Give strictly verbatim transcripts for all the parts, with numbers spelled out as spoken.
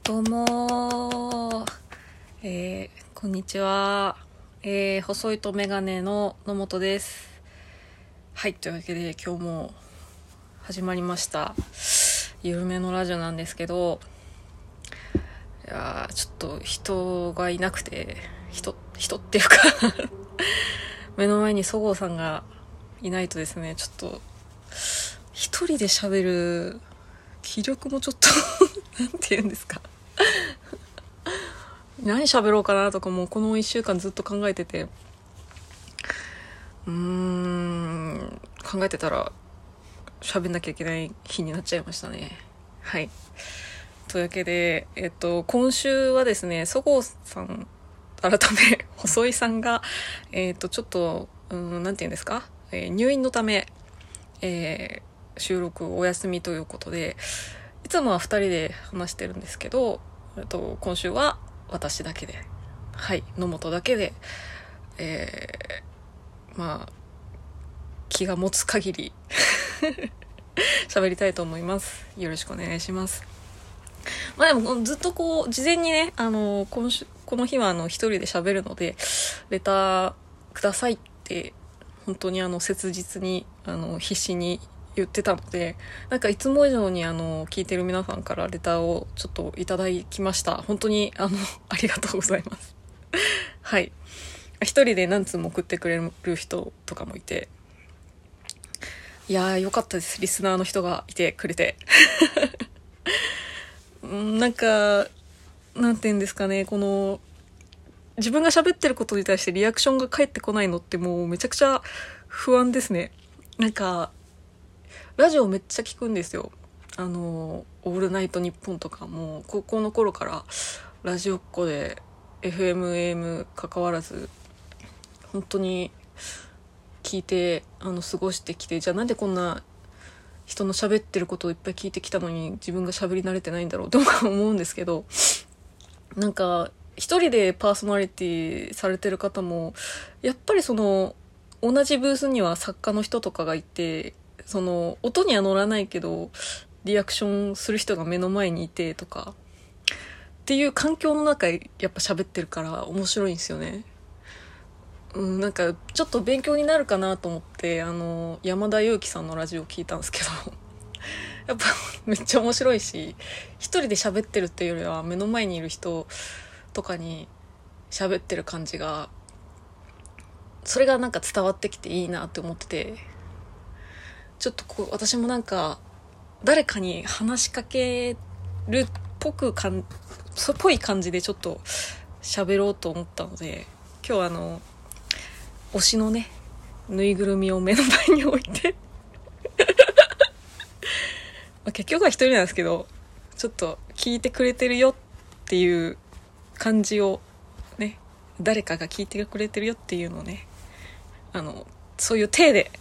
どうもー、えー、こんにちは、えー、細いとメガネの野本です。はい、というわけで今日も始まりました緩めのラジオなんですけど、いやーちょっと人がいなくて人人っていうか目の前にそごうさんがいないとですね、ちょっと一人で喋る気力もちょっとなんて言うんですか何喋ろうかなとかもうこのいっしゅうかんずっと考えてて、うーん考えてたら喋んなきゃいけない日になっちゃいましたね。はい、というわけで、えっと今週はですね、そごうさん改め細井さんがえっとちょっとうんなんて言うんですか、えー、入院のため、えー、収録お休みということで、いつもはふたりで話してるんですけど、えっと今週は私だけで、はい野本だけで、えー、まあ気が持つ限り喋りたいと思います。よろしくお願いします。まあでもずっとこう事前にね、あの今週この日はあの一人で喋るのでレターくださいって本当にあの切実にあの必死に言ってたので、なんかいつも以上にあの聞いてる皆さんからレターをちょっといただきました。本当にあのありがとうございますはい、一人で何通も送ってくれる人とかもいて、いやーよかったです。リスナーの人がいてくれてなんかなんて言うんですかね、この自分が喋ってることに対してリアクションが返ってこないのってもうめちゃくちゃ不安ですね。なんかラジオめっちゃ聞くんですよ。あのオールナイトニッポンとかも高校の頃からラジオっ子で エフエム、エーエム 関わらず本当に聞いてあの過ごしてきて、じゃあなんでこんな人の喋ってることをいっぱい聞いてきたのに自分が喋り慣れてないんだろうとか思うんですけど、なんか一人でパーソナリティされてる方もやっぱりその同じブースには作家の人とかがいて、その音には乗らないけどリアクションする人が目の前にいてとかっていう環境の中やっぱ喋ってるから面白いんですよね。うん、なんかちょっと勉強になるかなと思ってあの山田裕貴さんのラジオ聞いたんですけどやっぱめっちゃ面白いし、一人で喋ってるっていうよりは目の前にいる人とかに喋ってる感じが、それがなんか伝わってきていいなって思ってて、ちょっとこう私もなんか誰かに話しかけるっぽくかんそっぽい感じでちょっと喋ろうと思ったので、今日はあの推しのねぬいぐるみを目の前に置いてまあ結局は一人なんですけど、ちょっと聞いてくれてるよっていう感じをね、誰かが聞いてくれてるよっていうのをね、あのそういう体で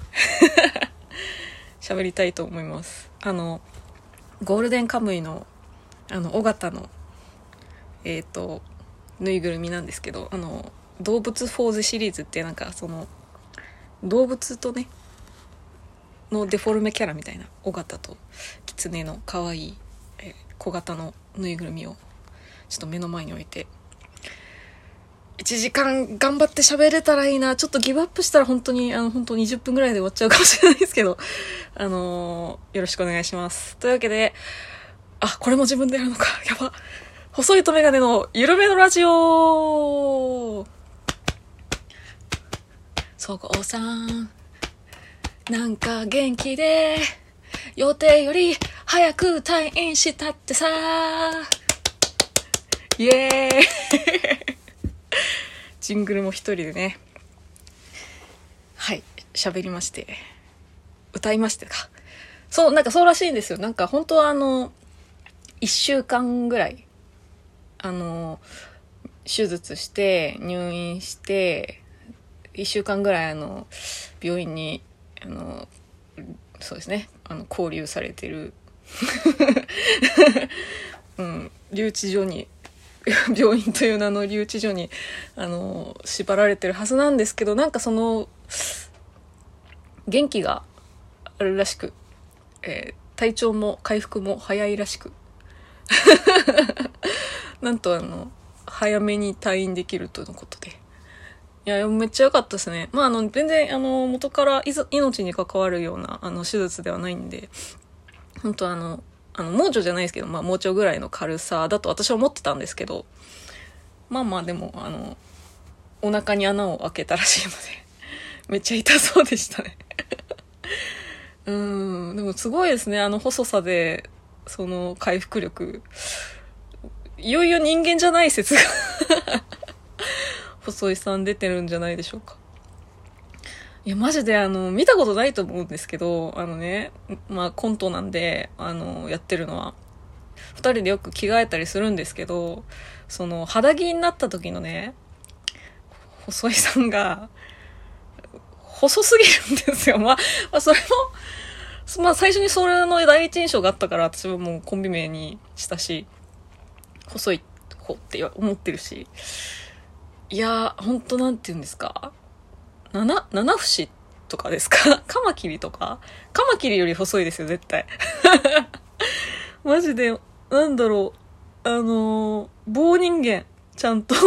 喋りたいと思います。あのゴールデンカムイのあの尾形のえっとぬいぐるみなんですけど、あの動物フォーズシリーズってなんかその動物とねのデフォルメキャラみたいな尾形と狐の可愛いえ小型のぬいぐるみをちょっと目の前に置いて、いちじかん頑張って喋れたらいいな。ちょっとギブアップしたら本当にあの本当にじゅっぷんぐらいで終わっちゃうかもしれないですけど、あのー、よろしくお願いします。というわけで、あ、これも自分でやるのか。やば。細いとメガネの緩めのラジオ。そごうさん、なんか元気で予定より早く退院したってさ。イエーイジングルも一人でね、はい喋りまして、歌いましてか、そうなんかそうらしいんですよ。なんか本当はあのいっしゅうかんぐらいあの手術して入院していっしゅうかんぐらいあの病院にあのそうですねあの拘留されてるうん留置所に病院という名の留置所にあの縛られてるはずなんですけど、なんかその元気があるらしく、えー、体調も回復も早いらしく、 なんとあの、早めに退院できるとのことで。いや、めっちゃ良かったですね。まあ、あの、全然、あの、元からいざ命に関わるような、あの、手術ではないんで、本当あの、あの、盲腸じゃないですけど、まあ、盲腸ぐらいの軽さだと私は思ってたんですけど、まあまあ、でも、あの、お腹に穴を開けたらしいので、めっちゃ痛そうでしたね。うーん、でもすごいですね、あの細さで、その回復力。いよいよ人間じゃない説が細井さん出てるんじゃないでしょうか。いや、マジであの、見たことないと思うんですけど、あのね、まあコントなんで、あの、やってるのは、二人でよく着替えたりするんですけど、その、肌着になった時のね、細井さんが、細すぎるんですよ。まあ、まあ、それも、まあ最初にそれの第一印象があったから、私はもうコンビ名にしたし、細い方って思ってるし、いやー、ほんとなんて言うんですか、七、七節とかですかカマキリとかカマキリより細いですよ、絶対。マジで、なんだろう。あのー、棒人間、ちゃんと。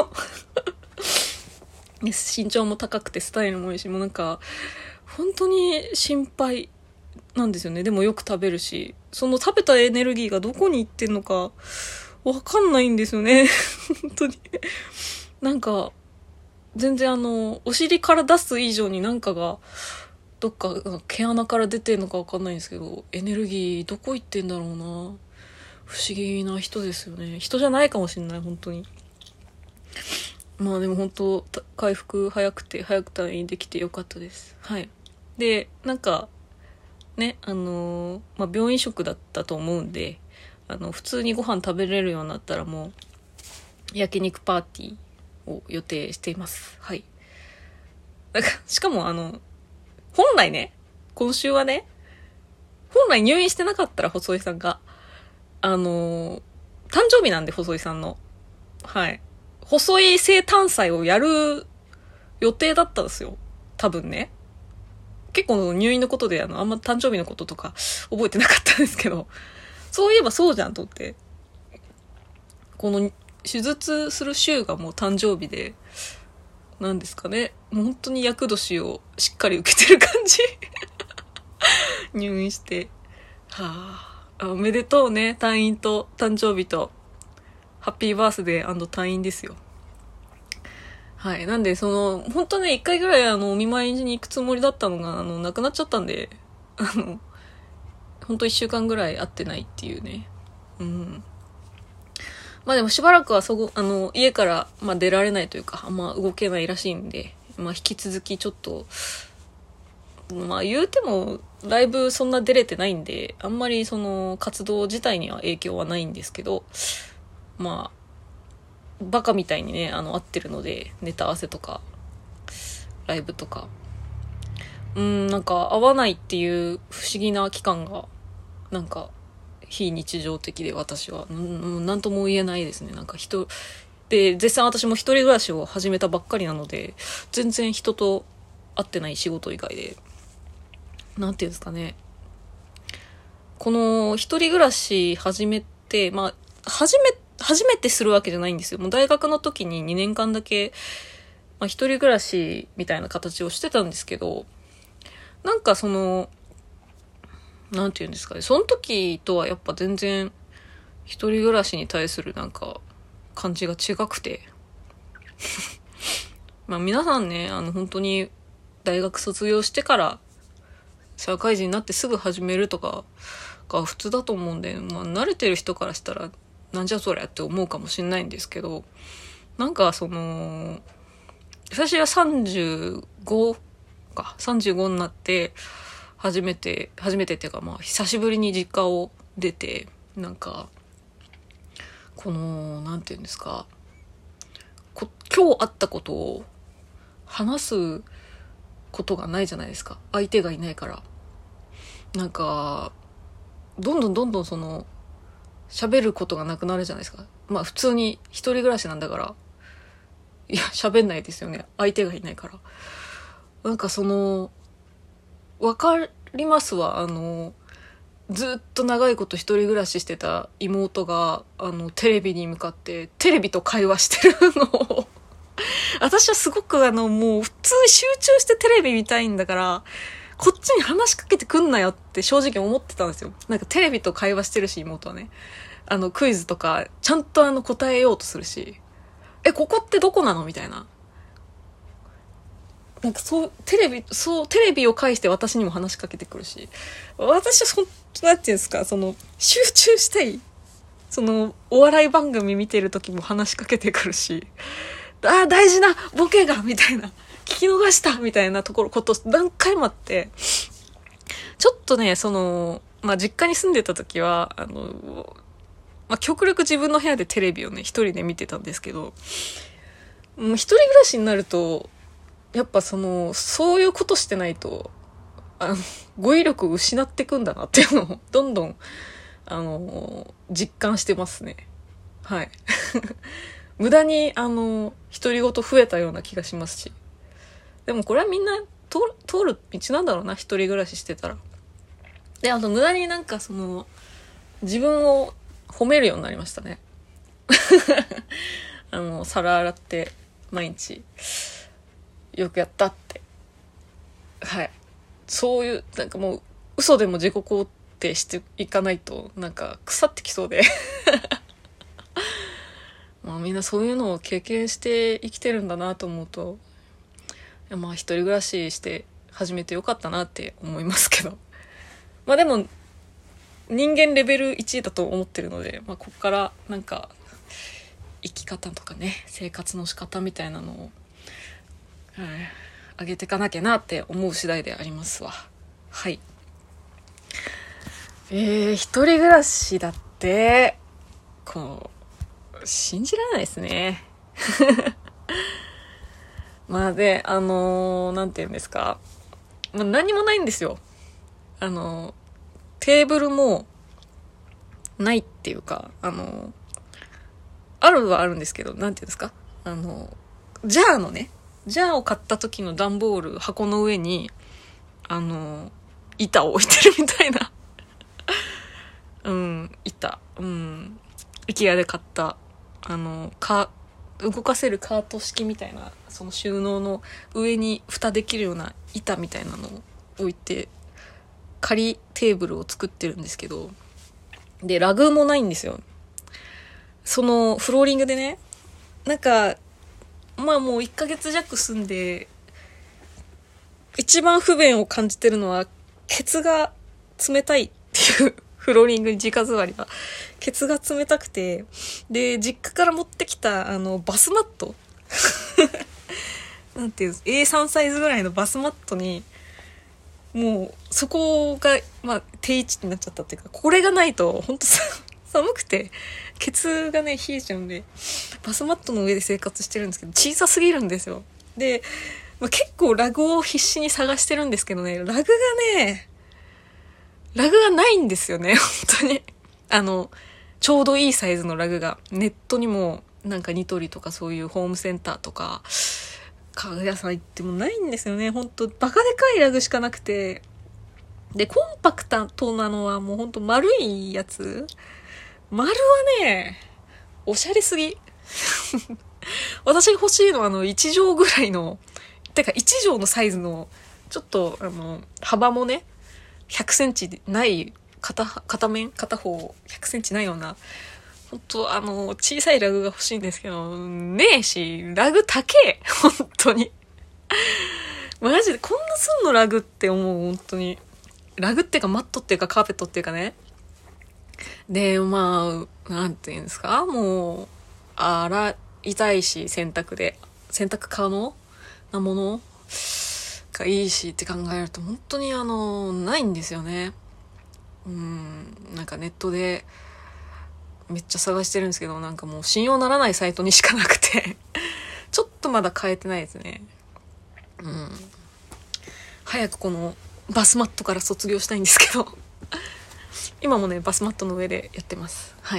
身長も高くてスタイルもいいし、もうなんか、本当に心配なんですよね。でもよく食べるし、その食べたエネルギーがどこに行ってんのか、わかんないんですよね。本当に。なんか、全然あの、お尻から出す以上になんかが、どっか毛穴から出てんのかわかんないんですけど、エネルギーどこ行ってんだろうな。不思議な人ですよね。人じゃないかもしれない、本当に。まあでも本当、回復早くて、早く退院できてよかったです。はい。で、なんか、ね、あのー、まあ病院食だったと思うんで、あの、普通にご飯食べれるようになったらもう、焼肉パーティーを予定しています。はい。だから、しかもあの、本来ね、今週はね、本来入院してなかったら細井さんが、あのー、誕生日なんで細井さんの。はい。細井生誕祭をやる予定だったんですよ。多分ね。結構入院のことであの、あんま誕生日のこととか覚えてなかったんですけど、そういえばそうじゃんと思って。この手術する週がもう誕生日で、なんですかね。もう本当に厄年をしっかり受けてる感じ。入院して。はあ、おめでとうね。退院と誕生日と。ハッピーバースデー&退院ですよ。はい。なんで、その、本当ね、一回ぐらいあの、お見舞いに行くつもりだったのが、あの、なくなっちゃったんで、あの、本当一週間ぐらい会ってないっていうね。うん。まあでもしばらくはそこ、あの、家から、まあ出られないというか、あんま動けないらしいんで、まあ引き続きちょっと、まあ言うても、ライブそんな出れてないんで、あんまりその活動自体には影響はないんですけど、まあ、バカみたいにね、あの、合ってるので、ネタ合わせとか、ライブとか。うん、なんか合わないっていう不思議な期間が、なんか、非日常的で私は、うん、なんとも言えないですね。なんか人、で、絶賛私も一人暮らしを始めたばっかりなので、全然人と会ってない仕事以外で、なんていうんですかね。この一人暮らし始めて、まあ、初め、初めてするわけじゃないんですよ。もう大学の時ににねんかんだけ、まあ一人暮らしみたいな形をしてたんですけど、なんかその、なんていうんですかね。その時とはやっぱ全然一人暮らしに対するなんか感じが違くて。まあ皆さんね、あの本当に大学卒業してから社会人になってすぐ始めるとかが普通だと思うんで、まあ慣れてる人からしたらなんじゃそりゃって思うかもしれないんですけど、なんかその、私はさんじゅうごか、さんじゅうごになって初めて、初めてっていうかまあ久しぶりに実家を出て、なんか、この、なんていうんですか、こ今日あったことを話すことがないじゃないですか。相手がいないから。なんか、どんどんどんどんその、喋ることがなくなるじゃないですか。まあ普通に一人暮らしなんだから、いや、喋んないですよね。相手がいないから。なんかその、わかりますわ。あの、 ずっと長いこと一人暮らししてた妹が、あの、テレビに向かって、テレビと会話してるのを、私はすごくあの、もう普通に集中してテレビ見たいんだから、こっちに話しかけてくんなよって正直思ってたんですよ。なんかテレビと会話してるし、妹はね。あの、クイズとか、ちゃんとあの、答えようとするし、え、ここってどこなのみたいな。なんかそう、テレビ、そう、テレビを介して私にも話しかけてくるし、私はそん、なんていうんですか、その、集中したい。その、お笑い番組見てる時も話しかけてくるし、ああ、大事なボケがみたいな。聞き逃したみたいなところ、こと何回もあって、ちょっとね、その、まあ、実家に住んでた時は、あの、まあ、極力自分の部屋でテレビをね、一人で見てたんですけど、もう一人暮らしになると、やっぱその、そういうことしてないと、あの、語彙力を失ってくんだなっていうのを、どんどん、あの、実感してますね。はい。無駄に、あの、独り言増えたような気がしますし。でもこれはみんな通る、通る道なんだろうな、一人暮らししてたら。で、あと無駄になんかその、自分を褒めるようになりましたね。あの、皿洗って、毎日、よくやったって。はい。そういう、なんかもう、嘘でも自己肯定していかないと、なんか腐ってきそうで。まあみんなそういうのを経験して生きてるんだなと思うと、まあ一人暮らしして始めてよかったなって思いますけど。まあでも、人間レベルいちだと思ってるので、まあこっからなんか、生き方とかね、生活の仕方みたいなのを、はい、上げていかなきゃなって思う次第でありますわ。はい。えー、一人暮らしだって、こう、信じられないですね。まあで、あのー、なんて言うんですか。まあ何もないんですよ。あのー、テーブルもないっていうか、あのー、あるはあるんですけど、なんて言うんですか。あのー、ジャーのね、ジャーを買った時の段ボール、箱の上に、あのー、板を置いてるみたいな。うん、板。うん。IKEA で買った、あの、か、動かせるカート式みたいな、その収納の上に蓋できるような板みたいなのを置いて、仮テーブルを作ってるんですけど、で、ラグもないんですよ。そのフローリングでね、なんか、まあもういっかげつ弱住んで、一番不便を感じてるのは、ケツが冷たいっていうフローリングに直座りが。ケツが冷たくて、で、実家から持ってきた、あの、バスマットなんていう、エースリー サイズぐらいのバスマットに、もう、そこが、まあ、定位置になっちゃったっていうか、これがないと、ほんとさ、寒くて、ケツがね、冷えちゃうんで、バスマットの上で生活してるんですけど、小さすぎるんですよ。で、まあ、結構ラグを必死に探してるんですけどね、ラグがね、ラグがないんですよね、本当に。あの、ちょうどいいサイズのラグが、ネットにも、なんかニトリとかそういうホームセンターとか、家具屋さん行ってもないんですよね。ほんと、バカでかいラグしかなくて。で、コンパクトなのはもうほんと丸いやつ。丸はね、おしゃれすぎ。私が欲しいのはあの、いち畳ぐらいの、てかいち畳のサイズの、ちょっと、あの、幅もね、ひゃくセンチない、片、片面片方ひゃくセンチないような、ほんと、あの、小さいラグが欲しいんですけど、ねえし、ラグ高え本当に。マジで、こんなすんのラグって思う、本当に。ラグっていうか、マットっていうか、カーペットっていうかね。で、まあ、なんていうんですかもう、洗いたいし、洗濯で。洗濯可能なものがいいしって考えると、本当にあの、ないんですよね。うん、なんかネットで、めっちゃ探してるんですけど、なんかもう信用ならないサイトにしかなくてちょっとまだ変えてないですね。うん。早くこのバスマットから卒業したいんですけど今もね、バスマットの上でやってます。はい。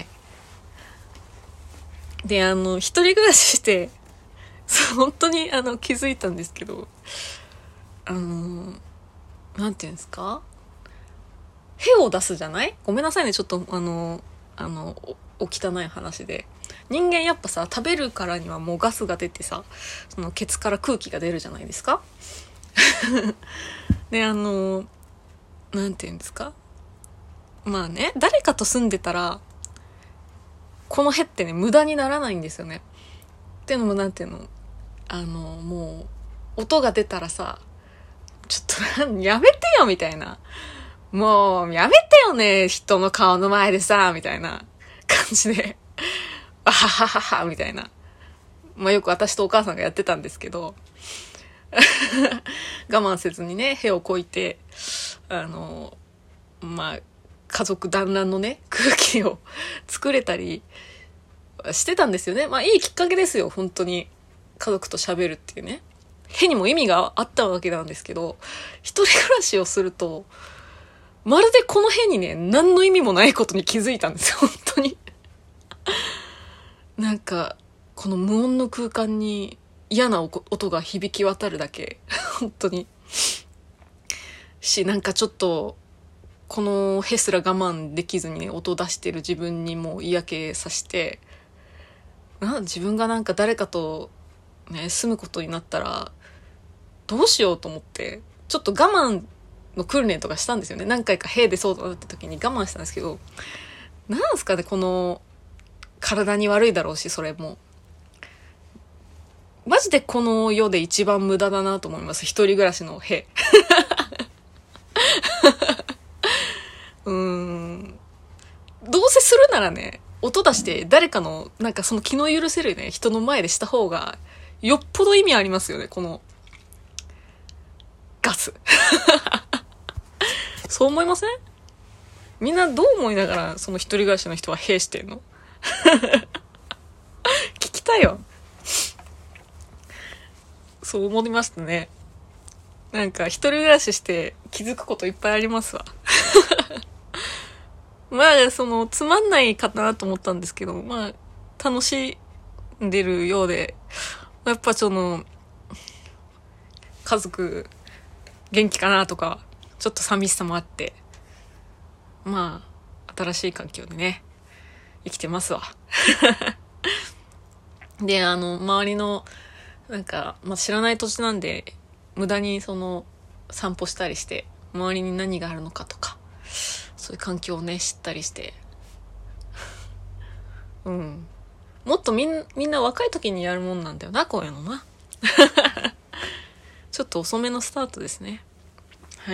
で、あの、一人暮らしして、本当にあの気づいたんですけど、あの、なんていうんですかへを出すじゃない？ごめんなさいね、ちょっとあの、あの、お、お汚い話で。人間やっぱさ、食べるからにはもうガスが出てさ、そのケツから空気が出るじゃないですか。で、あの、なんて言うんですか？まあね、誰かと住んでたら、このへってね、無駄にならないんですよね。っていうのもなんていうの、あの、もう、音が出たらさ、ちょっと、やめてよみたいな。もう、やめてよね、人の顔の前でさ、みたいな感じで、わはははは、みたいな。まあよく私とお母さんがやってたんですけど、我慢せずにね、へをこいて、あの、まあ、家族団らんのね、空気を作れたりしてたんですよね。まあいいきっかけですよ、本当に。家族と喋るっていうね。へにも意味があったわけなんですけど、一人暮らしをすると、まるでこのへにね、何の意味もないことに気づいたんですよ、本当に。なんか、この無音の空間に嫌な音が響き渡るだけ。本当に。し、なんかちょっと、このへすら我慢できずにね、音出してる自分にも嫌気さして、な、自分がなんか誰かとね、住むことになったら、どうしようと思って、ちょっと我慢の訓練とかしたんですよね。何回かへでそうだなって時に我慢したんですけど、なんすかね、この、体に悪いだろうし、それも。マジでこの世で一番無駄だなと思います。一人暮らしのへ。うーん。どうせするならね、音出して誰かの、なんかその気の許せるね、人の前でした方が、よっぽど意味ありますよね、この、ガス。そう思いません？みんなどう思いながら、その一人暮らしの人はへしてんの？聞きたいよ。そう思いましたね。なんか一人暮らしして気づくこといっぱいありますわ。まあ、その、つまんないかなと思ったんですけど、まあ、楽しんでるようで、やっぱその、家族、元気かなとか、ちょっと寂しさもあって、まあ、新しい環境でね、生きてますわ。で、あの、周りの、なんか、まあ、知らない土地なんで、無駄にその、散歩したりして、周りに何があるのかとか、そういう環境をね、知ったりして。うん。もっとみん、みんな若い時にやるもんなんだよな、こういうのな。ちょっと遅めのスタートですね。はい。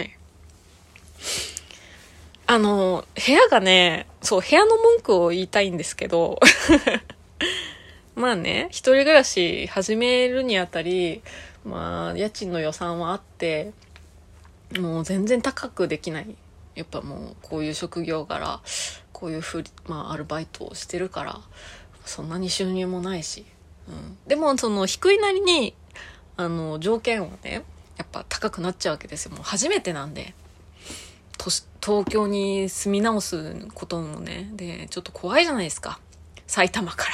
あの、部屋がね、そう、部屋の文句を言いたいんですけど、まあね、一人暮らし始めるにあたり、まあ、家賃の予算はあって、もう全然高くできない。やっぱもう、こういう職業柄、こういうふう、まあ、アルバイトをしてるから、そんなに収入もないし。うん、でも、その、低いなりに、あの、条件はね、やっぱ高くなっちゃうわけですよ。もう初めてなんで。東京に住み直すこともね、で、ちょっと怖いじゃないですか。埼玉から。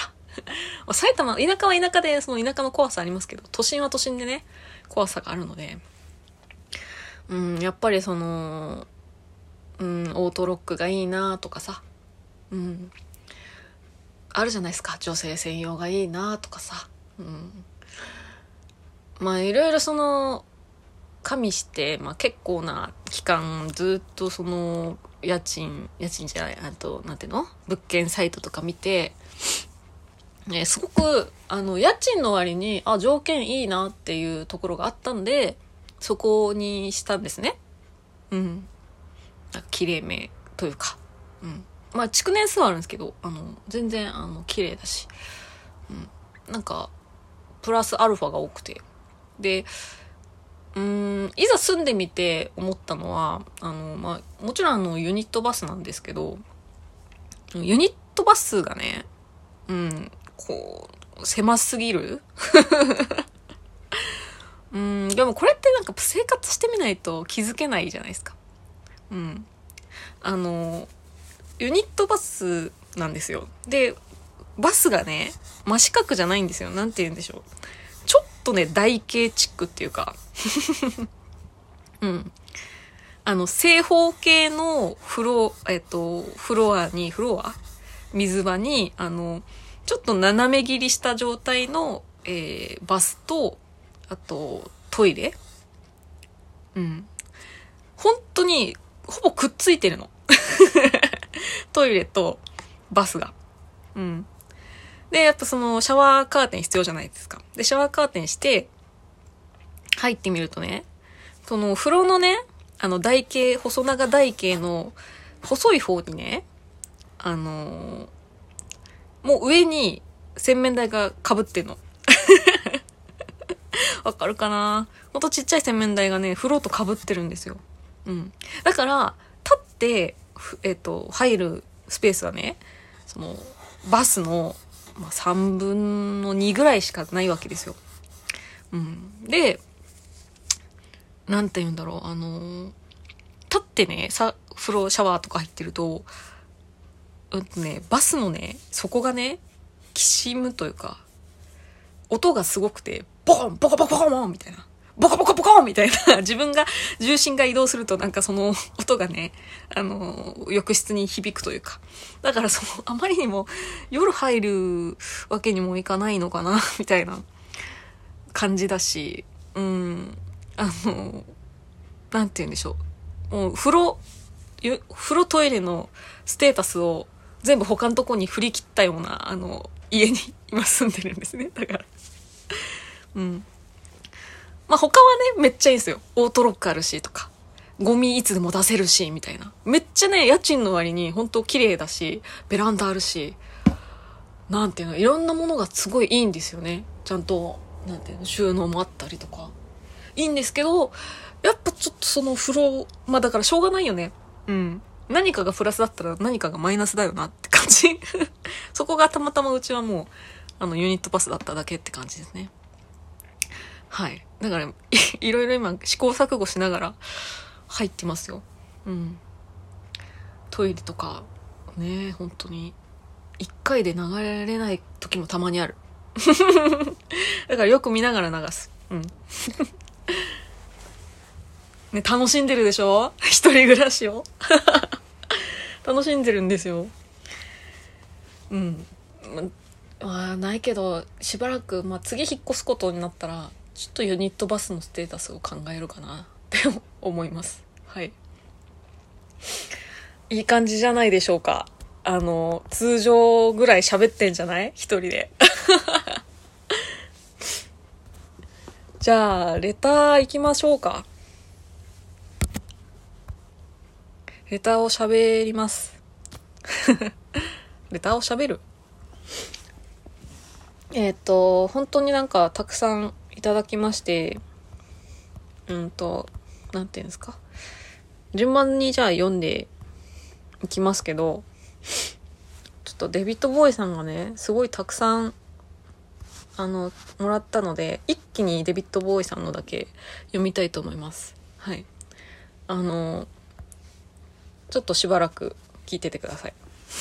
埼玉、田舎は田舎で、その田舎の怖さありますけど、都心は都心でね、怖さがあるので、うん、やっぱりその、うん、オートロックがいいなとかさ、うん、あるじゃないですか、女性専用がいいなとかさ、うん、まあいろいろその、加味して、まあ結構な期間ずっとその、家賃、家賃じゃない、あと、なんていうの？物件サイトとか見て、ね、すごく、あの、家賃の割に、あ、条件いいなっていうところがあったんで、そこにしたんですね。うん。なんか綺麗めというか。うん。まあ、築年数はあるんですけど、あの、全然、あの、綺麗だし。うん。なんか、プラスアルファが多くて。で、うーん、いざ住んでみて思ったのは、あの、まあ、もちろんあの、ユニットバスなんですけど、ユニットバスがね、うん、こう、狭すぎるうん、でもこれってなんか生活してみないと気づけないじゃないですか。うん。あの、ユニットバスなんですよ。で、バスがね、真四角じゃないんですよ。なんて言うんでしょう。ちょっとね、台形チックっていうか。うん。 あの、正方形のフロ、えっと、フロアに、フロア水場に、あの、ちょっと斜め切りした状態の、えー、バスと、あと、トイレ。うん。本当に、ほぼくっついてるの。トイレとバスが。うん。で、やっぱその、シャワーカーテン必要じゃないですか。で、シャワーカーテンして、入ってみるとね、その、風呂のね、あの、台形、細長台形の、細い方にね、あのー、もう上に洗面台が被ってんの。わかるかな？ほんとちっちゃい洗面台がね、風呂と被ってるんですよ。うん。だから、立って、えっと、入るスペースはね、その、バスの、まあ、さんぶんのにぐらいしかないわけですよ。うん。で、なんて言うんだろう、あのー、立ってね、さ、風呂、シャワーとか入ってると、うんとね、バスのね、底がね、きしむというか、音がすごくて、ボコンボコボコボコンみたいな。ボコボコボコンみたいな。自分が、重心が移動するとなんかその音がね、あの、浴室に響くというか。だからその、あまりにも夜入るわけにもいかないのかな、みたいな感じだし、うん、あの、なんて言うんでしょう。もう風呂、風呂トイレのステータスを全部他のとこに振り切ったような、あの、家に今住んでるんですね。だから。うん。まあ、他はね、めっちゃいいんですよ。オートロックあるしとか。ゴミいつでも出せるし、みたいな。めっちゃね、家賃の割に本当綺麗だし、ベランダあるし、なんていうの、いろんなものがすごいいいんですよね。ちゃんと、なんていうの、収納もあったりとか。いいんですけど、やっぱちょっとその風呂、まあだからしょうがないよね。うん。何かがプラスだったら何かがマイナスだよなって感じ。そこがたまたまうちはもう、あの、ユニットバスだっただけって感じですね。はい。だからい、いろいろ今試行錯誤しながら入ってますよ。うん。トイレとか、ね、本当に。一回で流れない時もたまにある。だからよく見ながら流す。うん。ね、楽しんでるでしょ？一人暮らしを。楽しんでるんですよ。うん。まあ、ないけど、しばらく、まあ、次引っ越すことになったら、ちょっとユニットバスのステータスを考えるかなって思います。はい。いい感じじゃないでしょうか。あの、通常ぐらい喋ってんじゃない？一人で。じゃあ、レター行きましょうか。レターを喋ります。レターを喋る？えっと、本当になんかたくさんいただきまして、うんと、なんていうんですか。順番にじゃあ読んでいきますけど、ちょっとデビッド・ボーイさんがね、すごいたくさん、あの、もらったので、一気にデビッド・ボーイさんのだけ読みたいと思います。はい。あの、ちょっとしばらく聞いててください。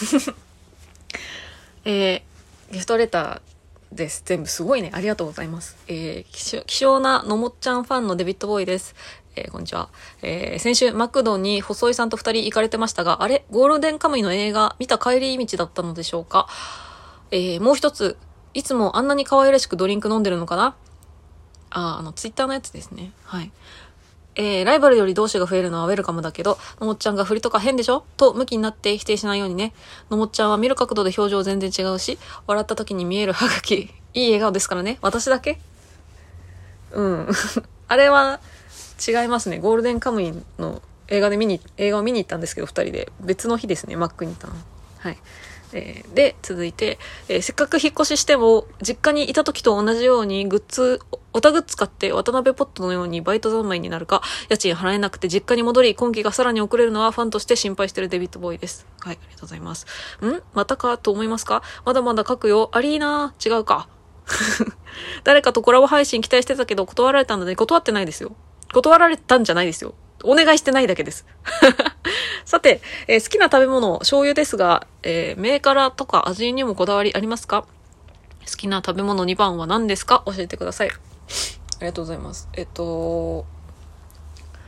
えー、ギフトレターです。全部すごいね。ありがとうございます。えー、希少なのもっちゃんファンのデビッドボーイです。えー、こんにちは。えー、先週マクドに細井さんと二人行かれてましたが、あれゴールデンカムイの映画見た帰り道だったのでしょうか？えー、もう一つ、いつもあんなに可愛らしくドリンク飲んでるのかな？あー、あの、ツイッターのやつですね。はい。えー、ライバルより同志が増えるのはウェルカムだけど、のもっちゃんが振りとか変でしょと向きになって否定しないようにね。のもっちゃんは見る角度で表情全然違うし、笑った時に見える歯茎、いい笑顔ですからね。私だけ？うん。あれは違いますね。ゴールデンカムイの映画で見に、映画を見に行ったんですけど、二人で。別の日ですね、マックに行ったの。はい。えー、で、続いて、えー、せっかく引っ越ししても、実家にいた時と同じようにグッズ、おたグッズ買って渡辺ポットのようにバイト三昧になるか、家賃払えなくて実家に戻り、今期がさらに遅れるのはファンとして心配してるデビッドボーイです。はい、ありがとうございます。んまたかと思いますか？まだまだ書くよ。アリーナー、違うか。誰かとコラボ配信期待してたけど断られたので、断ってないですよ。断られたんじゃないですよ。お願いしてないだけです。さて、えー、好きな食べ物、醤油ですが、えー、銘柄とか味にもこだわりありますか？好きな食べ物にばんは何ですか？教えてください。ありがとうございます。えっと、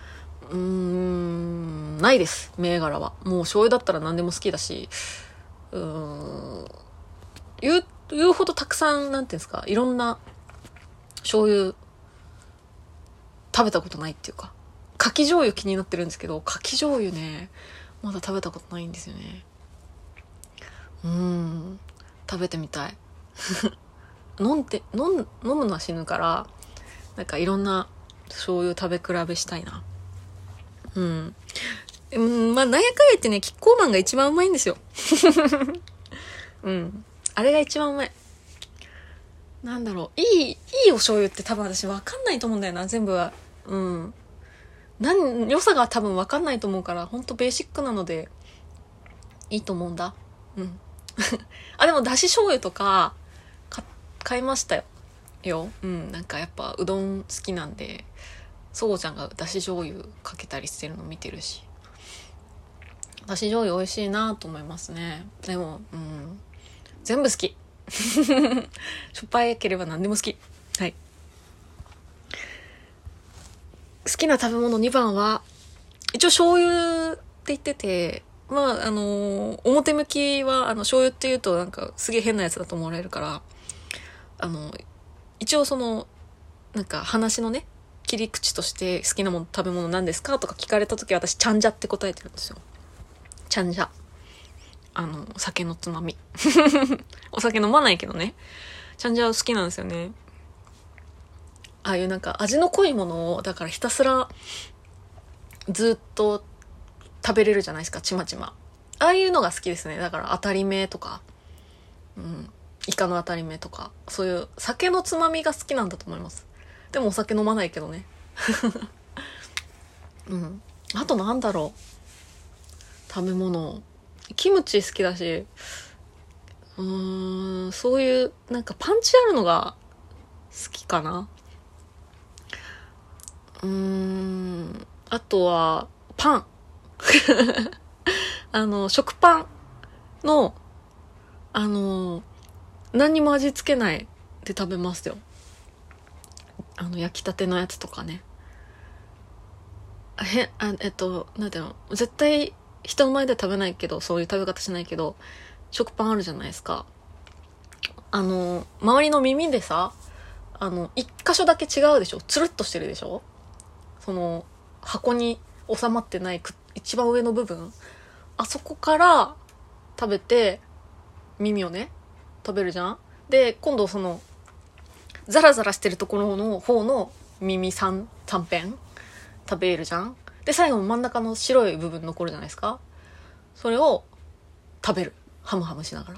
うーん、ないです。銘柄は。もう醤油だったら何でも好きだし、うーん、言う、言うほどたくさん、なんていうんですか、いろんな醤油食べたことないっていうか、かき醤油気になってるんですけど、かき醤油ね、まだ食べたことないんですよね。うーん、食べてみたい。飲んで、飲ん、飲むのは死ぬから、なんかいろんな醤油食べ比べしたいな。うん。うん、まあ、なんやかんやってね、キッコーマンが一番うまいんですよ。うん。あれが一番うまい。なんだろう。いい、いいお醤油って多分私わかんないと思うんだよな、全部は。うん。なん、良さが多分わかんないと思うから、ほんとベーシックなので、いいと思うんだ。うん。あ、でも、だし醤油とか、か、買いましたよ。よ。うん。なんかやっぱ、うどん好きなんで、そうちゃんがだし醤油かけたりしてるの見てるし。だし醤油美味しいなと思いますね。でも、うん。全部好き。しょっぱいければ何でも好き。はい。好きな食べ物にばんは、一応醤油って言ってて、まあ、あのー、表向きは、あの、醤油って言うとなんかすげえ変なやつだと思われるから、あの、一応その、なんか話のね、切り口として好きなもの食べ物何ですかとか聞かれた時は私、ちゃんじゃって答えてるんですよ。ちゃんじゃ。あの、酒のつまみ。お酒飲まないけどね。ちゃんじゃ好きなんですよね。ああいうなんか味の濃いものを、だからひたすらずっと食べれるじゃないですか、ちまちま。ああいうのが好きですね。だから当たり目とか、うん、イカの当たり目とか、そういう酒のつまみが好きなんだと思います。でもお酒飲まないけどね。うん。あとなんだろう。食べ物。キムチ好きだし、うーん、そういうなんかパンチあるのが好きかな。うーん、あとはパン。あの、食パンの、あの、何にも味付けないで食べますよ。あの、焼きたてのやつとかね。あへ、あ、えっと、なんていうの、絶対人の前で食べないけど、そういう食べ方しないけど、食パンあるじゃないですか。あの、周りの耳でさ、あの、一箇所だけ違うでしょ？つるっとしてるでしょ？その、箱に収まってないく一番上の部分。あそこから食べて、耳をね、食べるじゃん。で、今度その、ザラザラしてるところの方の耳三、三辺食べるじゃん。で、最後真ん中の白い部分残るじゃないですか。それを食べる。ハムハムしながら。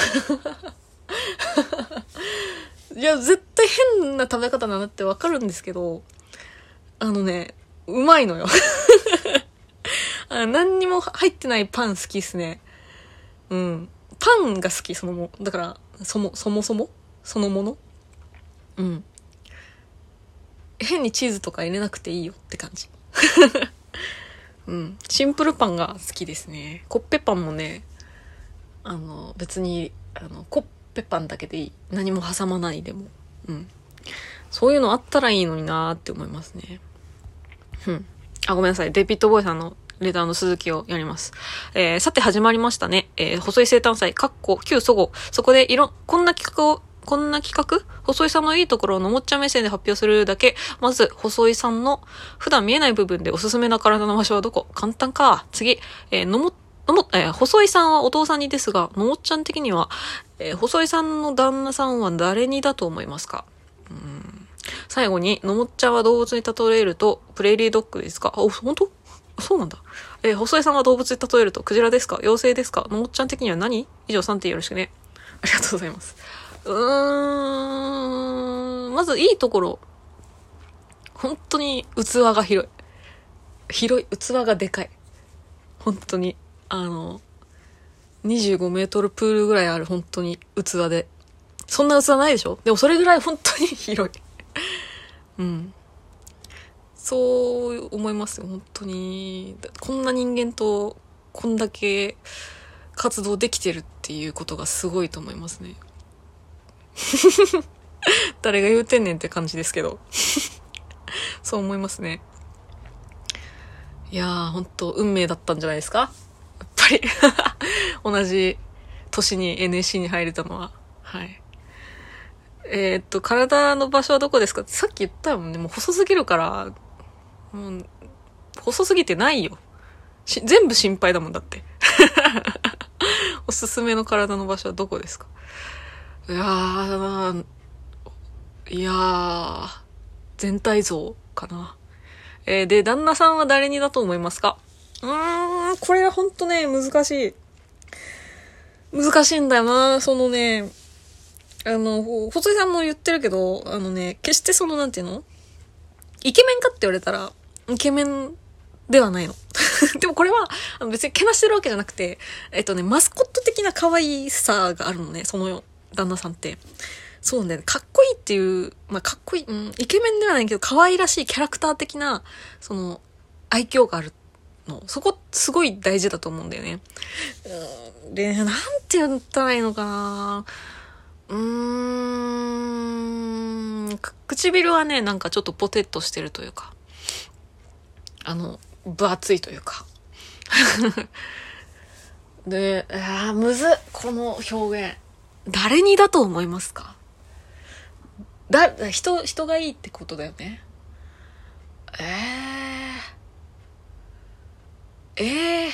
いや、絶対変な食べ方なんだってわかるんですけど、あのね、うまいのよ。あ、何にも入ってないパン好きっすね。うん。パンが好き、そのも、だから、そも、そもそもそのものうん。変にチーズとか入れなくていいよって感じ。うん。シンプルパンが好きですね。コッペパンもね、あの、別に、あの、コッペパンだけでいい。何も挟まないでも。うん。そういうのあったらいいのになーって思いますね。うん。あ、ごめんなさい。デビッドボーイさんのレターの続きをやります。えー、さて始まりましたね。えー、細い生誕祭、かっこ、旧祖語。そこでいろ、こんな企画を、こんな企画細井さんのいいところをのもっちゃん目線で発表するだけ。まず、細井さんの普段見えない部分でおすすめな体の場所はどこ？簡単か。次、えー、のも、のも、えー、細井さんはお父さんにですが、のもっちゃん的には、えー、細井さんの旦那さんは誰にだと思いますか？うーん。最後に、のもっちゃんは動物に例えると、プレーリードッグですか？あ、本当？そうなんだ。えー、細井さんは動物に例えると、クジラですか？妖精ですか？のもっちゃん的には何？以上さんてんよろしくね。ありがとうございます。うーん、まずいいところ。本当に器が広い。広い、器がでかい。本当に。あの、にじゅうごメートルプールぐらいある本当に器で。そんな器ないでしょ？でもそれぐらい本当に広い。うん。そう思いますよ、本当に。こんな人間とこんだけ活動できてるっていうことがすごいと思いますね。誰が言うてんねんって感じですけど。そう思いますね。 いやー、ほんと、運命だったんじゃないですかやっぱり。同じ年に エヌエスシー に入れたのは。はい。えー、っと、体の場所はどこですかってさっき言ったもんね。もう細すぎるから、もう、細すぎてないよ。し全部心配だもんだって。おすすめの体の場所はどこですか？いやー、いやー、全体像かな。えー、で、旦那さんは誰にだと思いますか？うーん、これはほんとね、難しい。難しいんだよな、そのね、あの、細井さんも言ってるけど、あのね、決してその、なんていうの？イケメンかって言われたら、イケメンではないの。でもこれは、あの別にけなしてるわけじゃなくて、えっとね、マスコット的な可愛さがあるのね、その旦那さんって。そうなんだよね。かっこいいっていう、まあ、かっこいい、うん、イケメンではないけど、可愛らしいキャラクター的な、その、愛嬌があるの。そこ、すごい大事だと思うんだよね。うん、で、なんて言ったらいいのかな。うーん、唇はね、なんかちょっとポテッとしてるというか、あの、分厚いというか。で、あー、むずっ、この表現。誰にだと思いますか？だ、人、人がいいってことだよね。えー、え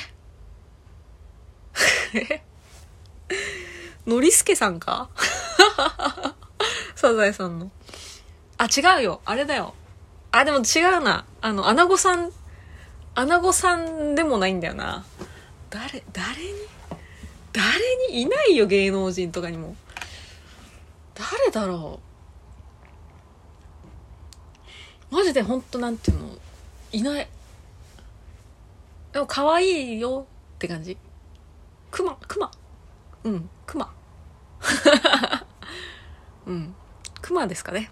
ー、ノリスケさんか？サザエさんの。あ、違うよ。あれだよ。あ、でも違うな。あの、アナゴさん、アナゴさんでもないんだよな。誰、誰に誰にいないよ、芸能人とかにも。誰だろう。マジでほんとなんていうの、いない。でも可愛いよって感じ。クマ、クマ。うん、クマ。うん、クマですかね。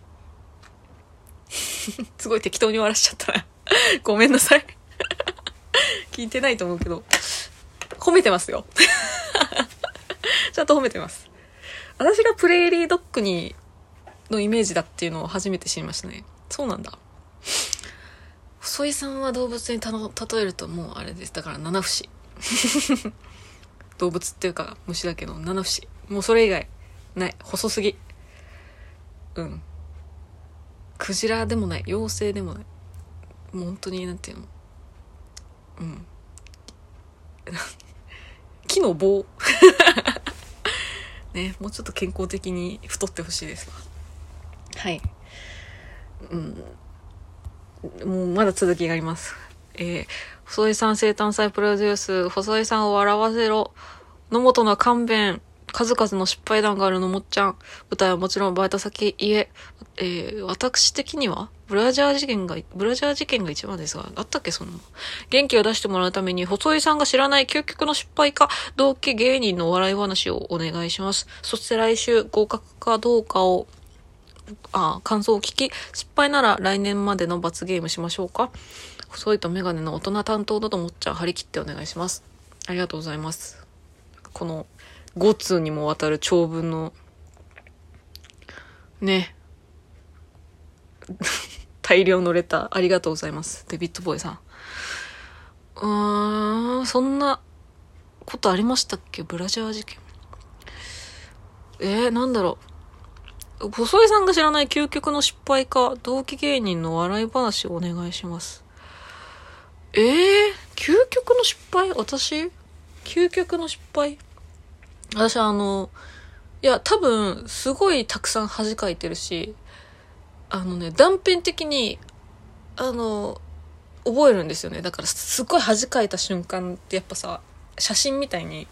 すごい適当に終わらしちゃったな。ごめんなさい。聞いてないと思うけど。褒めてますよ。ちゃんと褒めてます。私がプレーリードッグにのイメージだっていうのを初めて知りましたね。そうなんだ。細井さんは動物にたの例えるともうあれです。だから七節。動物っていうか虫だけど七節。もうそれ以外ない。細すぎ。うん。クジラでもない。妖精でもない。もう本当になんていうの。うん。木の棒。ね、もうちょっと健康的に太ってほしいですわ。はい。うん。もうまだ続きがあります。えー、細井さん生誕祭プロデュース、細井さんを笑わせろ。野本の勘弁。数々の失敗談があるのもっちゃん。舞台はもちろんバイト先、家。えー、私的にはブラジャー事件が、ブラジャー事件が一番ですが、あったっけそんなの。元気を出してもらうために、細井さんが知らない究極の失敗か、同期芸人の笑い話をお願いします。そして来週、合格かどうかを、あ、感想を聞き、失敗なら来年までの罰ゲームしましょうか。細いとメガネの大人担当だと思っちゃう。張り切ってお願いします。ありがとうございます。このご通にもわたる長文のね大量のレターありがとうございます。デビッドボーイさん。うーん、そんなことありましたっけ？ブラジャー事件。えー、なんだろう。細井さんが知らない究極の失敗か、同期芸人の笑い話をお願いします。えー、究極の失敗？私究極の失敗？私あの、いや、多分、すごいたくさん恥かいてるし、あのね、断片的に、あの、覚えるんですよね。だから、すっごい恥かいた瞬間ってやっぱさ、写真みたいに、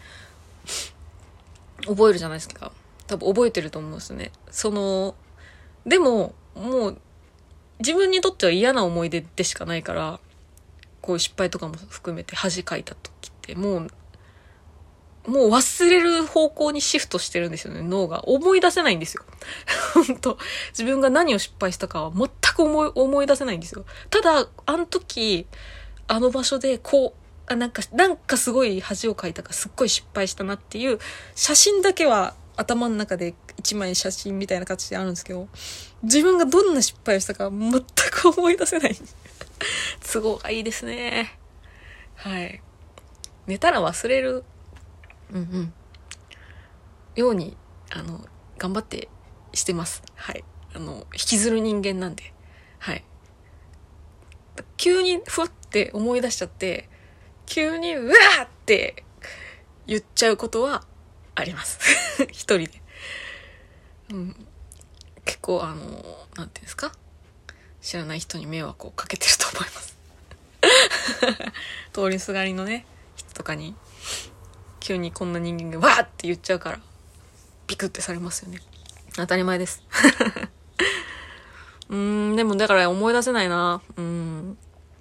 覚えるじゃないですか。多分覚えてると思うんですね。その、でも、もう、自分にとっては嫌な思い出でしかないから、こういう失敗とかも含めて恥かいた時って、もう、もう忘れる方向にシフトしてるんですよね、脳が。思い出せないんですよ。本当自分が何を失敗したかは全く思い、思い出せないんですよ。ただ、あの時、あの場所で、こう、あ、なんか、なんかすごい恥をかいたか、すっごい失敗したなっていう、写真だけは頭の中で一枚写真みたいな形であるんですけど、自分がどんな失敗をしたか全く思い出せない。都合がいいですね。 はい。寝たら忘れる、うんうん、ように、あの、頑張ってしてます。はい。あの、引きずる人間なんで。はい。急にふわって思い出しちゃって、急にうわーって言っちゃうことはあります。一人で。うん。結構あの、なんていうんですか？知らない人に迷惑をかけてると思います。通りすがりのね、人とかに、急にこんな人間がわーって言っちゃうから、ビクってされますよね。当たり前です。うーん、でもだから思い出せないな。うん。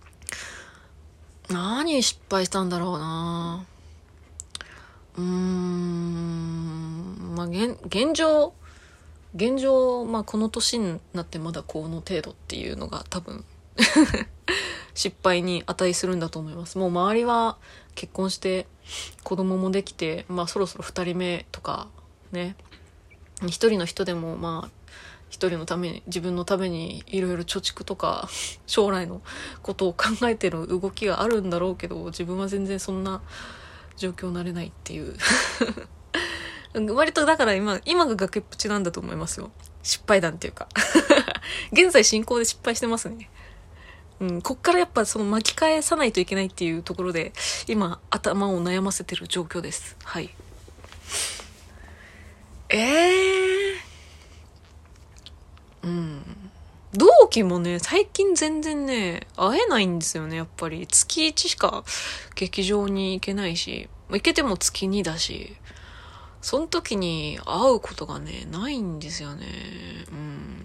何失敗したんだろうな。うーん、まあ、現、現状、現状、まあ、この年になってまだこの程度っていうのが多分、失敗に値するんだと思います。もう周りは結婚して子供もできて、まあそろそろ二人目とかね、一人の人でもまあ一人のために、自分のためにいろいろ貯蓄とか将来のことを考えてる動きがあるんだろうけど、自分は全然そんな状況になれないっていう割とだから今今が崖っぷちなんだと思いますよ。失敗談っていうか現在進行で失敗してますね。うん、こっからやっぱその巻き返さないといけないっていうところで今頭を悩ませてる状況です。はい。えー、うん。同期もね、最近全然ね、会えないんですよね、やっぱり。月いちしか劇場に行けないし、行けても月にだし、その時に会うことがね、ないんですよね。うん。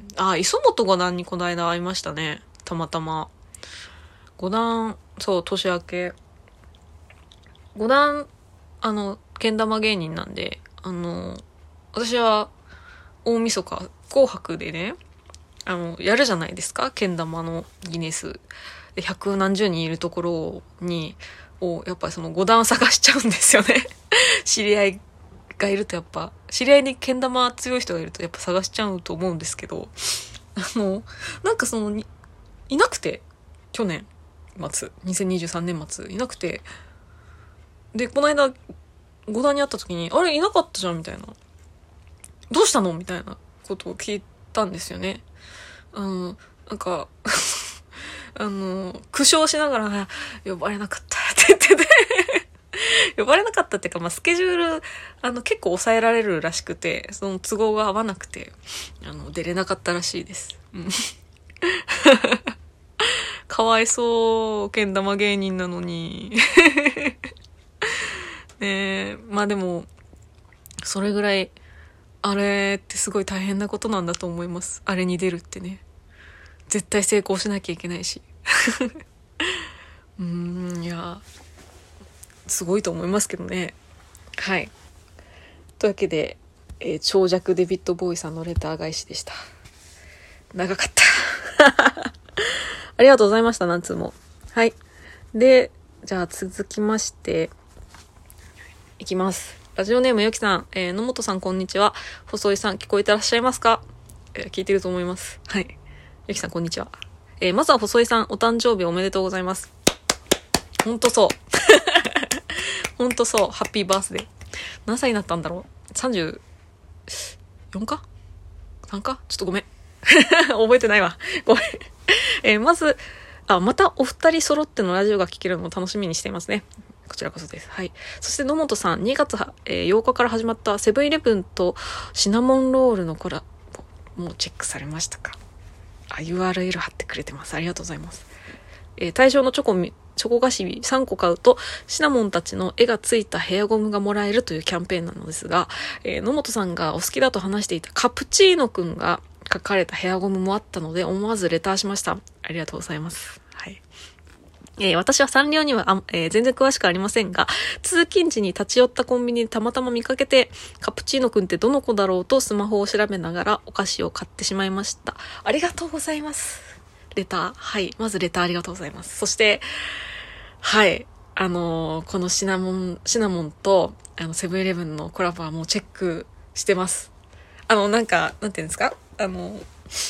あ、磯本五段にこの間会いましたね。たまたま。五段、そう、年明け。五段、あの、けん玉芸人なんで、あの、私は、大晦日、紅白でね、あの、やるじゃないですか、けん玉のギネス。で、百何十人いるところに、を、やっぱりその五段を探しちゃうんですよね。知り合いがいるとやっぱ、知り合いにけん玉強い人がいるとやっぱ探しちゃうと思うんですけど、あの、なんかその、いなくて、去年末、にせんにじゅうさんねん末、いなくて、で、この間、五段に会った時に、あれ、いなかったじゃんみたいな。どうしたのみたいなことを聞いたんですよね。あの、なんか、あの、苦笑しながら、呼ばれなかったって言ってて呼ばれなかったっていうか、まあ、スケジュール、あの、結構抑えられるらしくて、その都合が合わなくて、あの、出れなかったらしいです。うん、かわいそう、けん玉芸人なのに。ねえ、まあでも、それぐらい、あれってすごい大変なことなんだと思います。あれに出るってね。絶対成功しなきゃいけないし。うーん、いや、すごいと思いますけどね。はい。というわけで、えー長尺デビッドボーイさんのレター返しでした。長かった。ありがとうございました、なんつうも。はい。で、じゃあ続きまして、いきます。ラジオネームよきさん、えー、野本さんこんにちは。細井さん聞こえてらっしゃいますか？えー聞いてると思います。はい。よきさんこんにちは。えー、まずは細井さん、お誕生日おめでとうございます。ほんとそう。ほんとそう。ハッピーバースデー。何歳になったんだろう ?さんじゅうよん か ?さん かちょっとごめん。覚えてないわ。ごめん。えー、まず、あ、またお二人揃ってのラジオが聞けるのを楽しみにしていますね。こちらこそです。はい。そして野本さん、にがつ、えー、ようかから始まったセブンイレブンとシナモンロールのコラボ、もうチェックされましたか？あ、ユーアールエル 貼ってくれてます。ありがとうございます。えー、対象のチョコ、チョコ菓子さんこ買うと、シナモンたちの絵がついたヘアゴムがもらえるというキャンペーンなのですが、えー、野本さんがお好きだと話していたカプチーノくんが書かれたヘアゴムもあったので、思わずレターしました。ありがとうございます。はい。えー、私はサンリオにはあ、えー、全然詳しくありませんが、通勤時に立ち寄ったコンビニでたまたま見かけて、カプチーノくんってどの子だろうとスマホを調べながらお菓子を買ってしまいました。ありがとうございます。レター。はい。まずレターありがとうございます。そして、はい。あのー、このシナモン、シナモンと、あの、セブンイレブンのコラボはもうチェックしてます。あの、なんか、なんていうんですか？あの、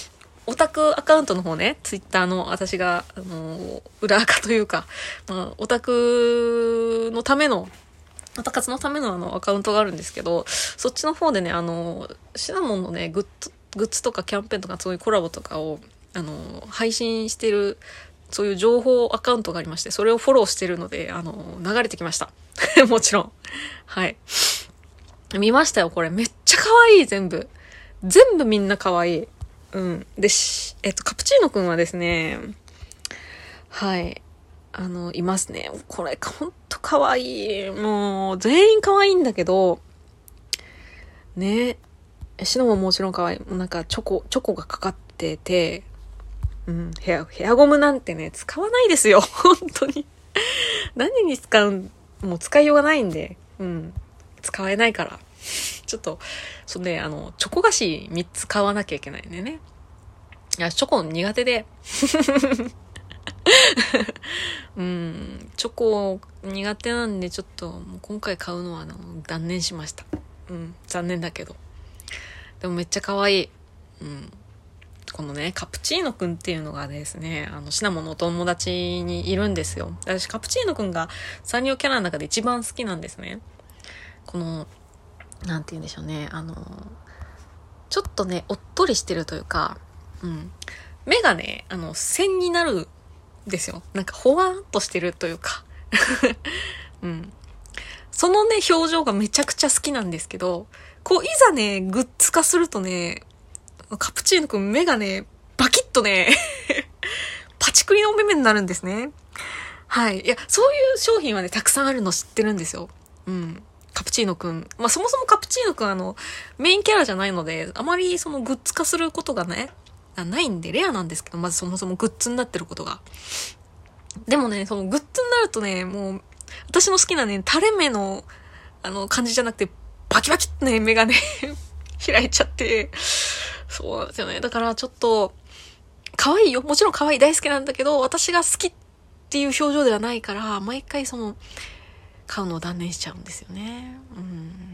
オタクアカウントの方ね、ツイッターの私が、あの、裏垢というか、まあ、オタクのための、オタ活のためのあのアカウントがあるんですけど、そっちの方でね、あの、シナモンのね、グッズ、グッズとかキャンペーンとかそういうコラボとかを、あの、配信してる、そういう情報アカウントがありまして、それをフォローしてるので、あの、流れてきました。もちろん。はい。見ましたよ、これ。めっちゃ可愛い、全部。全部みんな可愛い。うん。で、し、えっと、カプチーノくんはですね、はい。あの、いますね。これ、ほんと可愛い。もう、全員可愛いんだけど、ね。シナモンもちろん可愛い。なんか、チョコ、チョコがかかってて、うん、ヘア、ヘアゴムなんてね、使わないですよ。本当に。何に使う、もう使いようがないんで、うん。使えないから。ちょっと、そんで、あの、チョコ菓子みっつ買わなきゃいけないんでね。いや、チョコ苦手で。うん、チョコ苦手なんで、ちょっと、もう今回買うのはあの断念しました。うん、残念だけど。でもめっちゃ可愛い。うん。このね、カプチーノくんっていうのがですね、あの、シナモンのお友達にいるんですよ。私、カプチーノくんがサンリオキャラの中で一番好きなんですね。この、なんて言うんでしょうね。あの、ちょっとね、おっとりしてるというか、うん。目がね、あの、線になるんですよ。なんか、ほわんとしてるというか。うん。そのね、表情がめちゃくちゃ好きなんですけど、こう、いざね、グッズ化するとね、カプチーノくん目がね、バキッとね、パチクリの目目になるんですね。はい。いや、そういう商品はね、たくさんあるの知ってるんですよ。うん。カプチーノくん。まあ、そもそもカプチーノくんあの、メインキャラじゃないので、あまりそのグッズ化することがね、ないんで、レアなんですけど、まずそもそもグッズになってることが。でもね、そのグッズになるとね、もう、私の好きなね、垂れ目の、あの、感じじゃなくて、バキバキってね、目がね、開いちゃって、そうなんですよね。だからちょっと、可愛いよ。もちろん可愛い大好きなんだけど、私が好きっていう表情ではないから、毎回その、買うのを断念しちゃうんですよね。うん。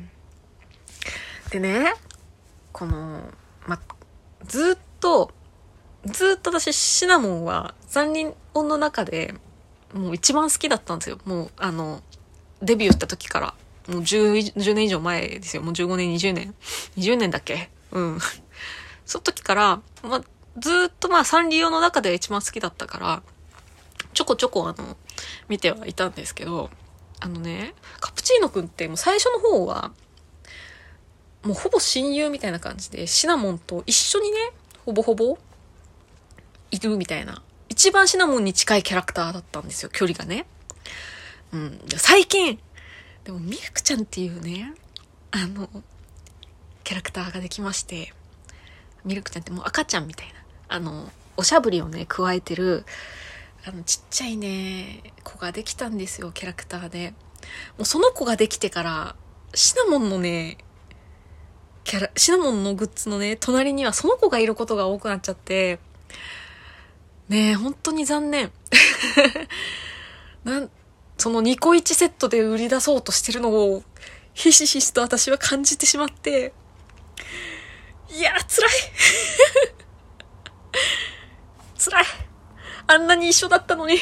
でね、この、ま、ずっと、ずっと私、シナモンは残輪音の中でもう一番好きだったんですよ。もう、あの、デビューした時から。もうじゅう、じゅうねん以上前ですよ。もうじゅうごねん、にじゅうねん。にじゅうねんだっけ？うん。その時から、ま、ずっとまあサンリオの中で一番好きだったから、ちょこちょこあの、見てはいたんですけど、あのね、カプチーノくんってもう最初の方は、もうほぼ親友みたいな感じで、シナモンと一緒にね、ほぼほぼ、いるみたいな。一番シナモンに近いキャラクターだったんですよ、距離がね。うん。最近、でもミルクちゃんっていうね、あの、キャラクターができまして、ミルクちゃんってもう赤ちゃんみたいな、あの、おしゃぶりをね、加えてる、あの、ちっちゃいね、子ができたんですよ、キャラクターで。もうその子ができてから、シナモンのね、キャラ、シナモンのグッズのね、隣にはその子がいることが多くなっちゃって、ねえ、本当に残念。なん、そのニコイチセットで売り出そうとしてるのを、ひしひしと私は感じてしまって、いやー、辛い。辛い。あんなに一緒だったのに。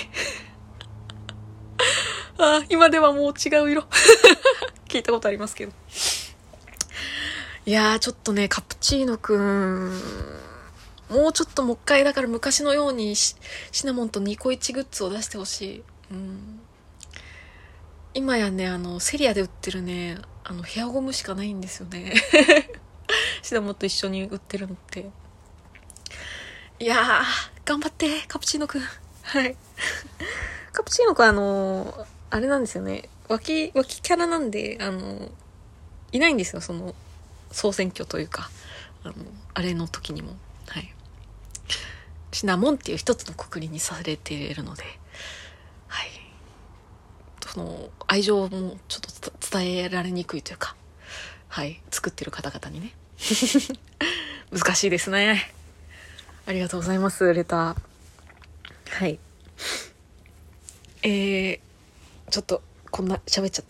ああ、今ではもう違う色。聞いたことありますけど。いやー、ちょっとね、カプチーノくん、もうちょっともう一回だから昔のようにシナモンとニコイチグッズを出してほしい。うん。今やね、あの、セリアで売ってるね、あの、ヘアゴムしかないんですよね。シナモンと一緒に売ってるのって。いやー、頑張って、カプチーノくん。はい。カプチーノくん、あの、あれなんですよね。脇、脇キャラなんで、あの、いないんですよ、その、総選挙というか、あの、あれの時にも。はい。シナモンっていう一つの括りにされているので、はい。その、愛情もちょっと伝えられにくいというか、はい。作ってる方々にね。難しいですね。ありがとうございます、レター。はい。えー、ちょっと、こんな、喋っちゃった。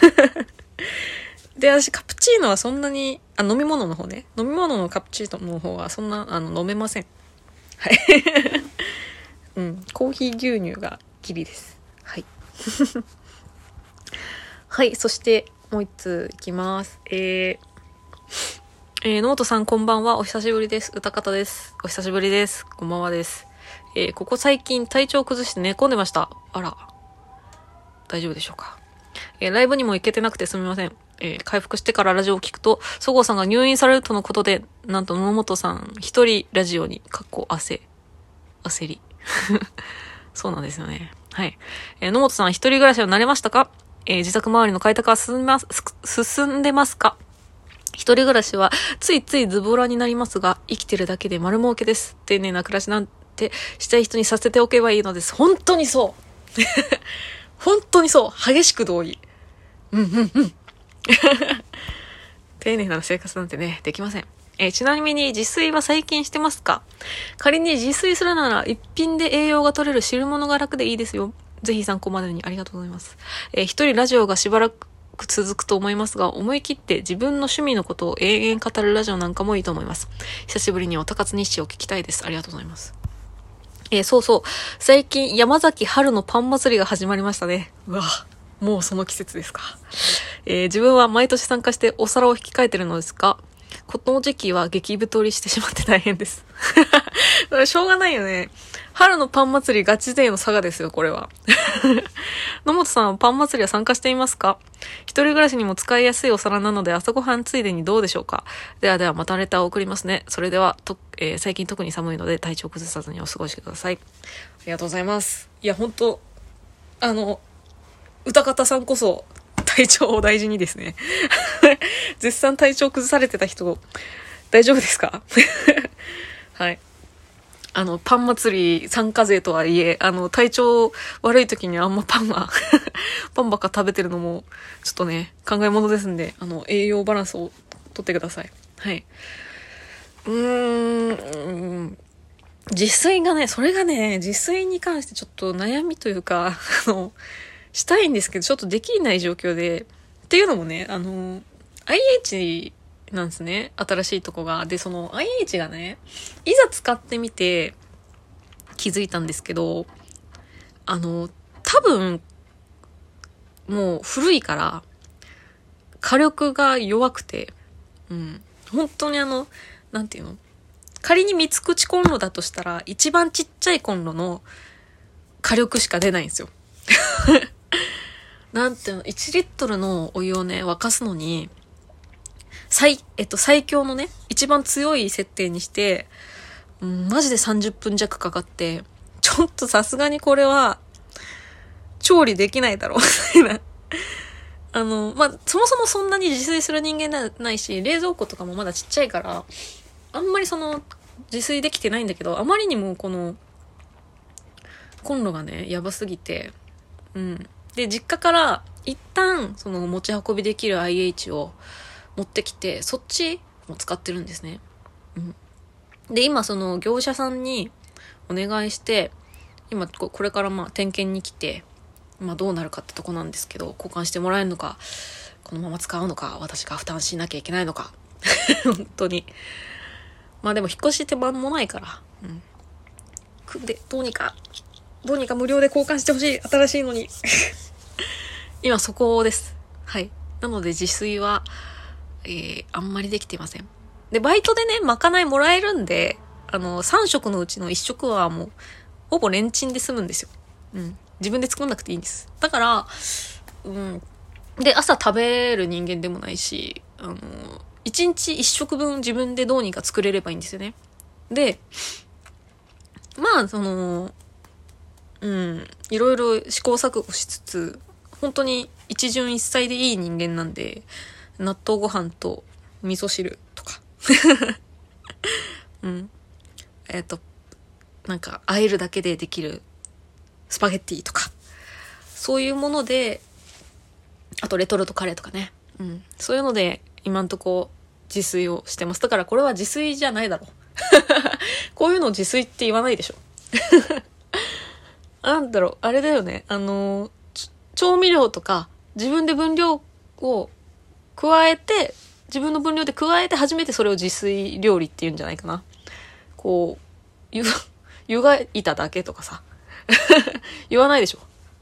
で、私、カプチーノはそんなに、あ、飲み物の方ね。飲み物のカプチーノの方はそんな、あの、飲めません。 はい。うん、コーヒー牛乳がギリです。はい。はい、そしてもう一通いきます。えー、えー、ノートさんこんばんは。お久しぶりです。歌方です。お久しぶりです。こんばんはです。えー、ここ最近体調を崩して寝込んでました。あら。大丈夫でしょうか。えー、ライブにも行けてなくてすみません。えー、回復してからラジオを聞くと、そごうさんが入院されるとのことで、なんと野本さん一人ラジオに、かっこ汗、焦り。そうなんですよね。はい。えー、野本さん一人暮らしは慣れましたか？えー、自宅周りの開拓は進んでます、進んでますか？一人暮らしはついついズボラになりますが、生きてるだけで丸儲けです。丁寧な暮らしなんてしたい人にさせておけばいいのです。本当にそう。本当にそう。激しく同意。うんうんうん。丁寧な生活なんてね、できません。えー、ちなみに自炊は最近してますか？仮に自炊するなら一品で栄養が取れる汁物が楽でいいですよ。ぜひ参考までにありがとうございます。えー、一人ラジオがしばらく続くと思いますが、思い切って自分の趣味のことを永遠語るラジオなんかもいいと思います。久しぶりにお高津日誌を聞きたいです。ありがとうございます。えー、そうそう。最近山崎春のパン祭りが始まりましたね。うわ、もうその季節ですか。えー、自分は毎年参加してお皿を引き換えてるのですが、この時期は激太りしてしまって大変です。しょうがないよね。春のパン祭りガチ勢の差がですよ、これは。野本さんはパン祭りは参加していますか？一人暮らしにも使いやすいお皿なので朝ごはんついでにどうでしょうか？ではではまたレターを送りますね。それではと、えー、最近特に寒いので体調崩さずにお過ごしください。ありがとうございます。いや、ほんと、あの、歌方さんこそ体調を大事にですね。絶賛体調崩されてた人、大丈夫ですか？はい。あの、パン祭り参加勢とはいえ、あの、体調悪い時にあんまパンは、パンばっか食べてるのも、ちょっとね、考え物ですんで、あの、栄養バランスをとってください。はい。うーん、自炊がね、それがね、自炊に関してちょっと悩みというか、あの、したいんですけど、ちょっとできない状況で、っていうのもね、あの、アイエイチ なんですね。新しいとこが。で、その アイエイチ がね、いざ使ってみて気づいたんですけど、あの、多分、もう古いから、火力が弱くて、うん。本当にあの、なんていうの？仮に三つ口コンロだとしたら、一番ちっちゃいコンロの火力しか出ないんですよ。なんていうの、いちリットルのお湯をね、沸かすのに、最、えっと、最強のね、一番強い設定にして、うん、マジでさんじゅっぷん弱かかって、ちょっとさすがにこれは、調理できないだろう、みたいな。あの、まあ、そもそもそんなに自炊する人間ではないし、冷蔵庫とかもまだちっちゃいから、あんまりその、自炊できてないんだけど、あまりにもこの、コンロがね、やばすぎて、うん。で、実家から、一旦、その、持ち運びできる アイエイチ を持ってきて、そっちも使ってるんですね。うん。で、今、その、業者さんにお願いして、今、これからまあ、点検に来て、まあ、どうなるかってとこなんですけど、交換してもらえるのか、このまま使うのか、私が負担しなきゃいけないのか。本当に。まあでも、引っ越し手間もないから。うん。で、どうにか、どうにか無料で交換してほしい。新しいのに。今そこです。はい。なので自炊は、えー、あんまりできていません。で、バイトでね、まかないもらえるんで、あの、さん食のうちのいっ食はもう、ほぼレンチンで済むんですよ。うん。自分で作んなくていいんです。だから、うん。で、朝食べる人間でもないし、あの、いちにちいっ食分自分でどうにか作れればいいんですよね。で、まあ、その、うん、いろいろ試行錯誤しつつ、本当に一汁一菜でいい人間なんで、納豆ご飯と味噌汁とか。うん。えっと、なんか、和えるだけでできるスパゲッティとか。そういうもので、あとレトルトカレーとかね。うん。そういうので、今んとこ自炊をしてます。だからこれは自炊じゃないだろう。こういうのを自炊って言わないでしょ。なんだろう、あれだよね。あの、調味料とか、自分で分量を加えて、自分の分量で加えて初めてそれを自炊料理って言うんじゃないかな。こう、 湯、湯がいただけとかさ。言わないでしょ。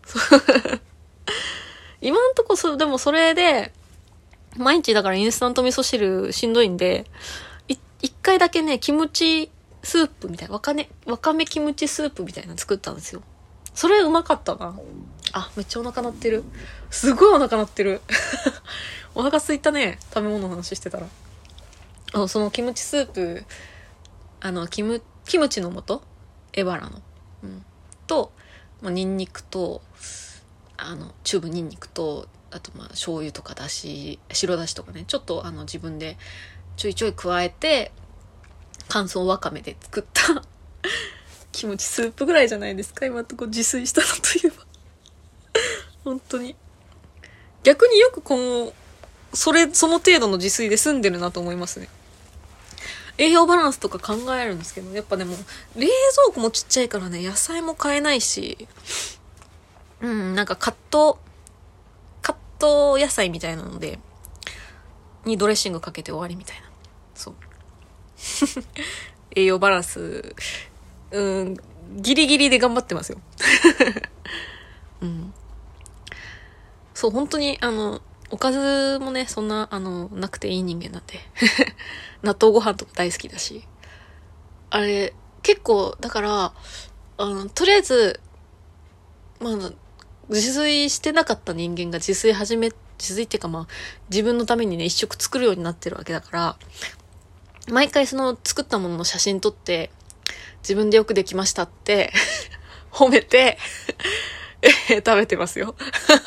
今んとこそ、でもそれで、毎日だからインスタント味噌汁しんどいんで、い一回だけね、キムチスープみたいな、わかめ、わかめキムチスープみたいなの作ったんですよ。それうまかったな。あ、めっちゃお腹鳴ってる。すごいお腹鳴ってる。お腹空いたね。食べ物の話してたら。あ、そのキムチスープ、あの、キム、キムチの素エバラの。うん。と、まあ、ニンニクと、あの、チューブニンニクと、あとまあ、醤油とかだし、白だしとかね、ちょっとあの、自分でちょいちょい加えて、乾燥わかめで作ったキムチスープぐらいじゃないですか、今のとこ自炊したのといえば。本当に。逆によくこの、それ、その程度の自炊で済んでるなと思いますね。栄養バランスとか考えるんですけど、やっぱでも、冷蔵庫もちっちゃいからね、野菜も買えないし、うん、なんかカット、カット野菜みたいなので、にドレッシングかけて終わりみたいな。そう。栄養バランス、うん、ギリギリで頑張ってますよ。うん。そう、本当に、あの、おかずもね、そんな、あの、なくていい人間なんで。納豆ご飯とか大好きだし。あれ、結構、だから、あの、とりあえず、まあ、自炊してなかった人間が自炊始め、自炊っていうかまあ、自分のためにね、一食作るようになってるわけだから、毎回その作ったものの写真撮って、自分でよくできましたって、褒めて、食べてますよ。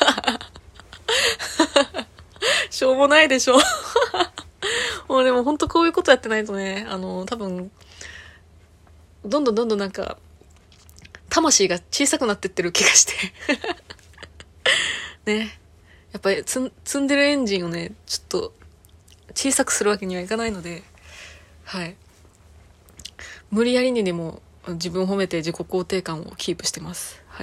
しょうもないでしょ。もうでも本当こういうことやってないとね、あの、多分、どんどんどんどんなんか、魂が小さくなってってる気がして。ね。やっぱり積んでるエンジンをね、ちょっと小さくするわけにはいかないので、はい。無理やりにでも自分を褒めて自己肯定感をキープしてます。はい。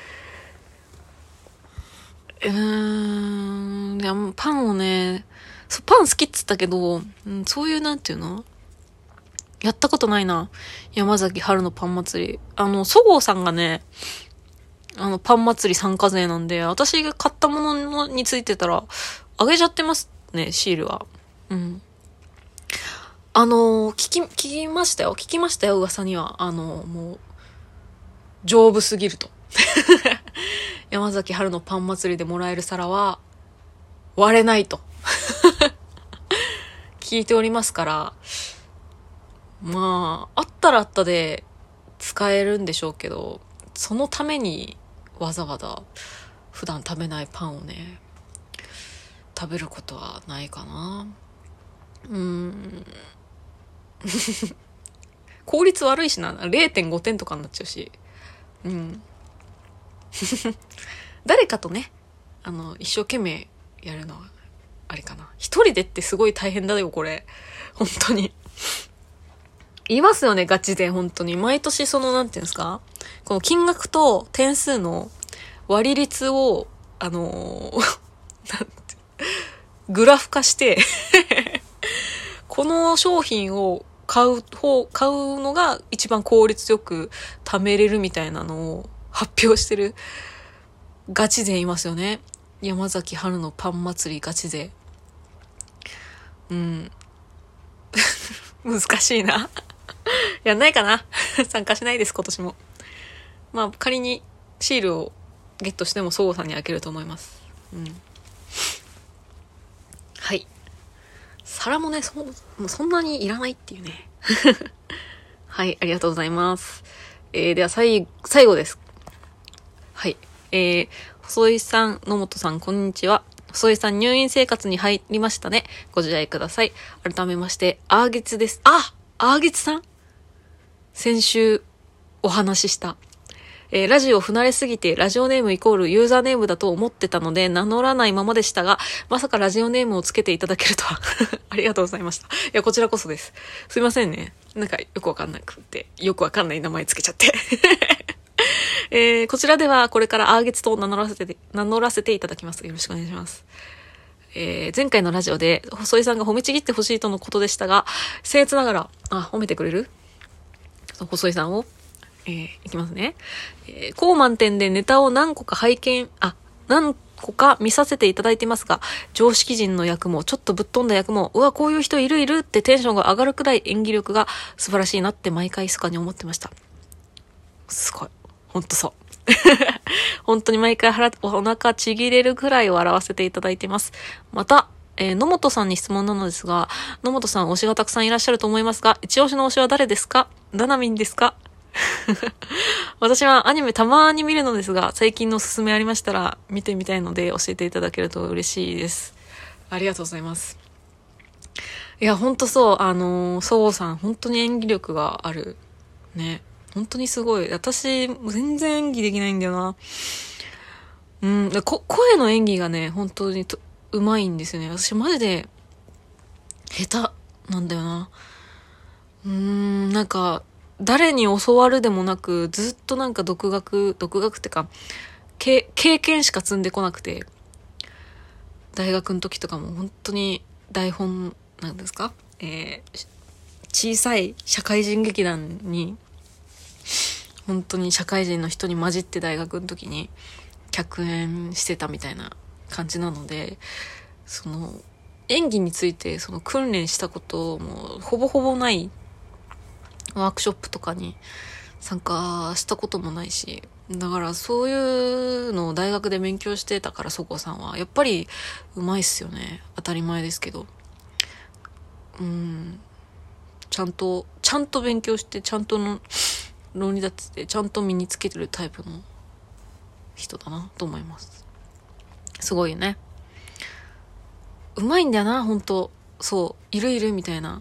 うーん、いや、パンをね、そう、パン好きっつったけど、うん、そういうなんていうのやったことないな。山崎春のパン祭り。あの、そごうさんがね、あの、パン祭り参加税なんで、私が買ったものについてたら、あげちゃってますね、シールは。うん。あの、聞き、聞きましたよ。聞きましたよ、噂には。あの、もう、丈夫すぎると。山崎春のパン祭りでもらえる皿は、割れないと。聞いておりますから、まあ、あったらあったで使えるんでしょうけど、そのためにわざわざ普段食べないパンをね、食べることはないかな。うーん。効率悪いしな。れいてんごてんとかになっちゃうし。うん。誰かとね、あの、一生懸命やるのは、あれかな。一人でってすごい大変だよ、これ。本当に。言いますよね、ガチで、本当に。毎年その、なんていうんですか、この金額と点数の割率を、あのー、なんて、グラフ化して、この商品を買う方、買うのが一番効率よく貯めれるみたいなのを発表してるガチ勢いますよね。山崎春のパン祭りガチ勢。うん。難しいな。やんないかな。参加しないです、今年も。まあ、仮にシールをゲットしても、そごうさんに開けると思います。うん。はい。皿もね、そ、もうそんなにいらないっていうね。はい、ありがとうございます。えー、では、最、最後です。はい。えー、細井さん、野本さん、こんにちは。細井さん、入院生活に入りましたね。ご自愛ください。改めまして、アーゲツです。あアーゲツさん先週お話しした。えー、ラジオ不慣れすぎてラジオネームイコールユーザーネームだと思ってたので名乗らないままでしたが、まさかラジオネームをつけていただけるとは。ありがとうございました。いや、こちらこそです。すいませんね。なんかよくわかんなくて、よくわかんない名前つけちゃって。えー、こちらではこれからアーゲツと名乗らせて、名乗らせていただきます。よろしくお願いします。えー、前回のラジオで細井さんが褒めちぎってほしいとのことでしたが、僭越ながら、あ、褒めてくれる？ 細井さんを、えー、いきますね。えー、高満点でネタを何個か拝見、あ、何個か見させていただいてますが、常識人の役も、ちょっとぶっ飛んだ役も、うわ、こういう人いるいるってテンションが上がるくらい演技力が素晴らしいなって毎回密かに思ってました。すごい。ほんとそう。本当に毎回腹お腹ちぎれるくらい笑わせていただいています。また、えー、野本さんに質問なのですが、野本さん推しがたくさんいらっしゃると思いますが、一押しの推しは誰ですか？ナナミンですか？私はアニメたまーに見るのですが、最近のおすすめありましたら見てみたいので教えていただけると嬉しいです。ありがとうございます。いや、ほんとそう、あのー、そごうさん、本当に演技力がある。ね。本当にすごい。私、全然演技できないんだよな。うん、こ声の演技がね、本当にとうまいんですよね。私マジで、下手なんだよな。うーん、なんか、誰に教わるでもなく、ずっとなんか独学、独学ってか、経経験しか積んでこなくて、大学の時とかも本当に台本、なんですか、えー、小さい社会人劇団に、本当に社会人の人に混じって大学の時に客演してたみたいな感じなので、その演技についてその訓練したこともほぼほぼない、ワークショップとかに参加したこともないし、だからそういうのを大学で勉強してたから、そこさんはやっぱりうまいっすよね。当たり前ですけど、うん、ちゃんとちゃんと勉強して、ちゃんとの論理立ててちゃんと身につけてるタイプの人だなと思います。すごいよね。うまいんだよな、ほんと。そう、いるいるみたいな。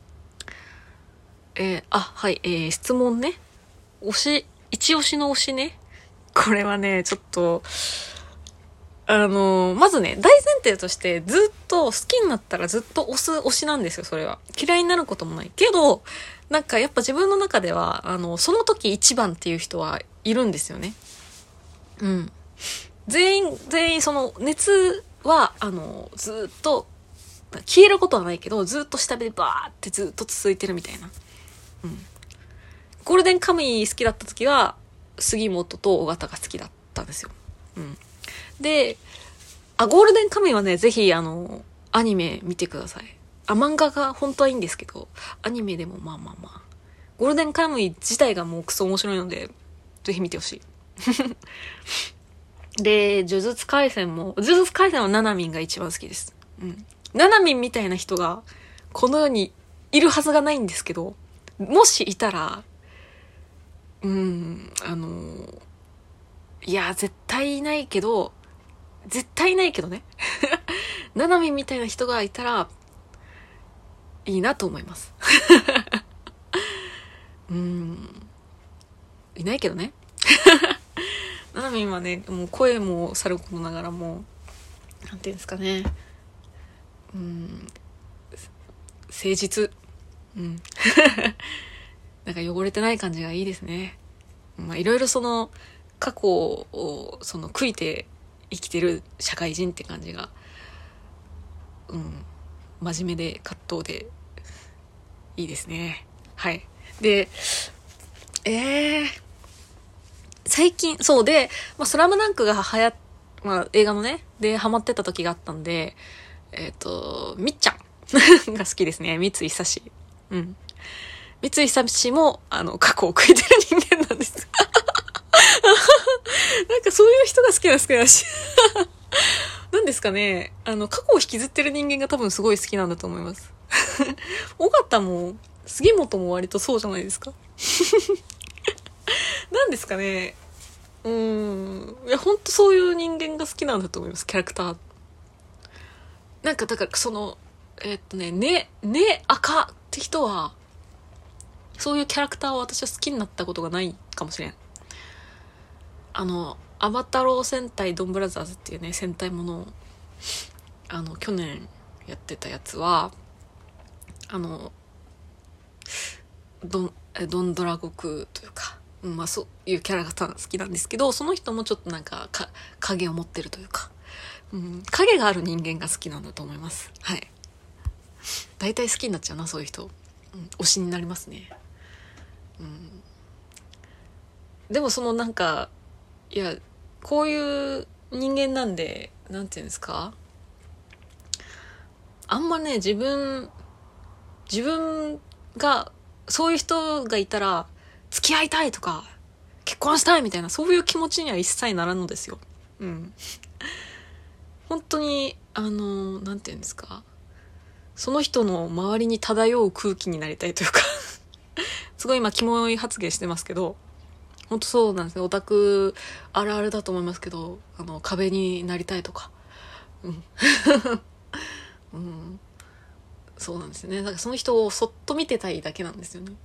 えー、あ、はい、えー、質問ね。推し、一押しの推しね。これはね、ちょっと、あのー、まずね、大前提としてずっと好きになったらずっと推す推しなんですよ、それは。嫌いになることもない。けど、なんかやっぱ自分の中では、あの、その時一番っていう人はいるんですよね。うん。全員、全員その熱は、あの、ずっと、消えることはないけど、ずっと下火でバーってずっと続いてるみたいな。うん。ゴールデンカムイ好きだった時は、杉本と尾形が好きだったんですよ。うん。で、あ、ゴールデンカムイはね、ぜひ、あの、アニメ見てください。あ、漫画が本当はいいんですけど、アニメでもまあまあまあ。ゴールデンカムイ自体がもうクソ面白いので、ぜひ見てほしい。で、呪術廻戦も、呪術廻戦はナナミンが一番好きです。うん。ナナミンみたいな人が、この世にいるはずがないんですけど、もしいたら、うーん、あの、いや、絶対いないけど、絶対いないけどね。ナナミンみたいな人がいたら、いいなと思います。うーん、いないけどね。ナナミンはね、もう声もさることながらも、なんていうんですかね。うーん、誠実。うん。なんか汚れてない感じがいいですね。まあいろいろその過去をその悔いて生きてる社会人って感じが、うん、真面目で葛藤でいいですね。はい。で、えー、最近、そうで、まあ、スラムダンクが流行っ、まあ、映画のね、で、ハマってた時があったんで、えっと、みっちゃんが好きですね。三井久志。うん。三井久志も、あの、過去を悔いてる人間なんです。なんかそういう人が好きな好きだし。なんですかね。あの、過去を引きずってる人間が多分すごい好きなんだと思います。尾形も、杉本も割とそうじゃないですか。なんですかね。うーん。いや、ほんとそういう人間が好きなんだと思います、キャラクター。なんか、だから、その、えー、っとね、ね、ね、赤って人は、そういうキャラクターを私は好きになったことがないかもしれん。あの、アバタロー戦隊ドンブラザーズっていうね、戦隊ものを、あの、去年やってたやつは、あの、ドン、ドンドラゴクというか、うん、まあそういうキャラが好きなんですけど、その人もちょっとなんか、か、影を持ってるというか、うん、影がある人間が好きなんだと思います。はい。大体好きになっちゃうな、そういう人。うん、推しになりますね。 うん、でもそのなんかいやこういう人間なんで、なんていうんですか、あんまね自分自分がそういう人がいたら付き合いたいとか結婚したいみたいな、そういう気持ちには一切ならんのですよ。うん。本当にあのなんていうんですか、その人の周りに漂う空気になりたいというかすごい今キモい発言してますけど、本当そうなんですね。オタクあるあるだと思いますけど、あの壁になりたいとか、うん、うん、そうなんですよね。だからその人をそっと見てたいだけなんですよね。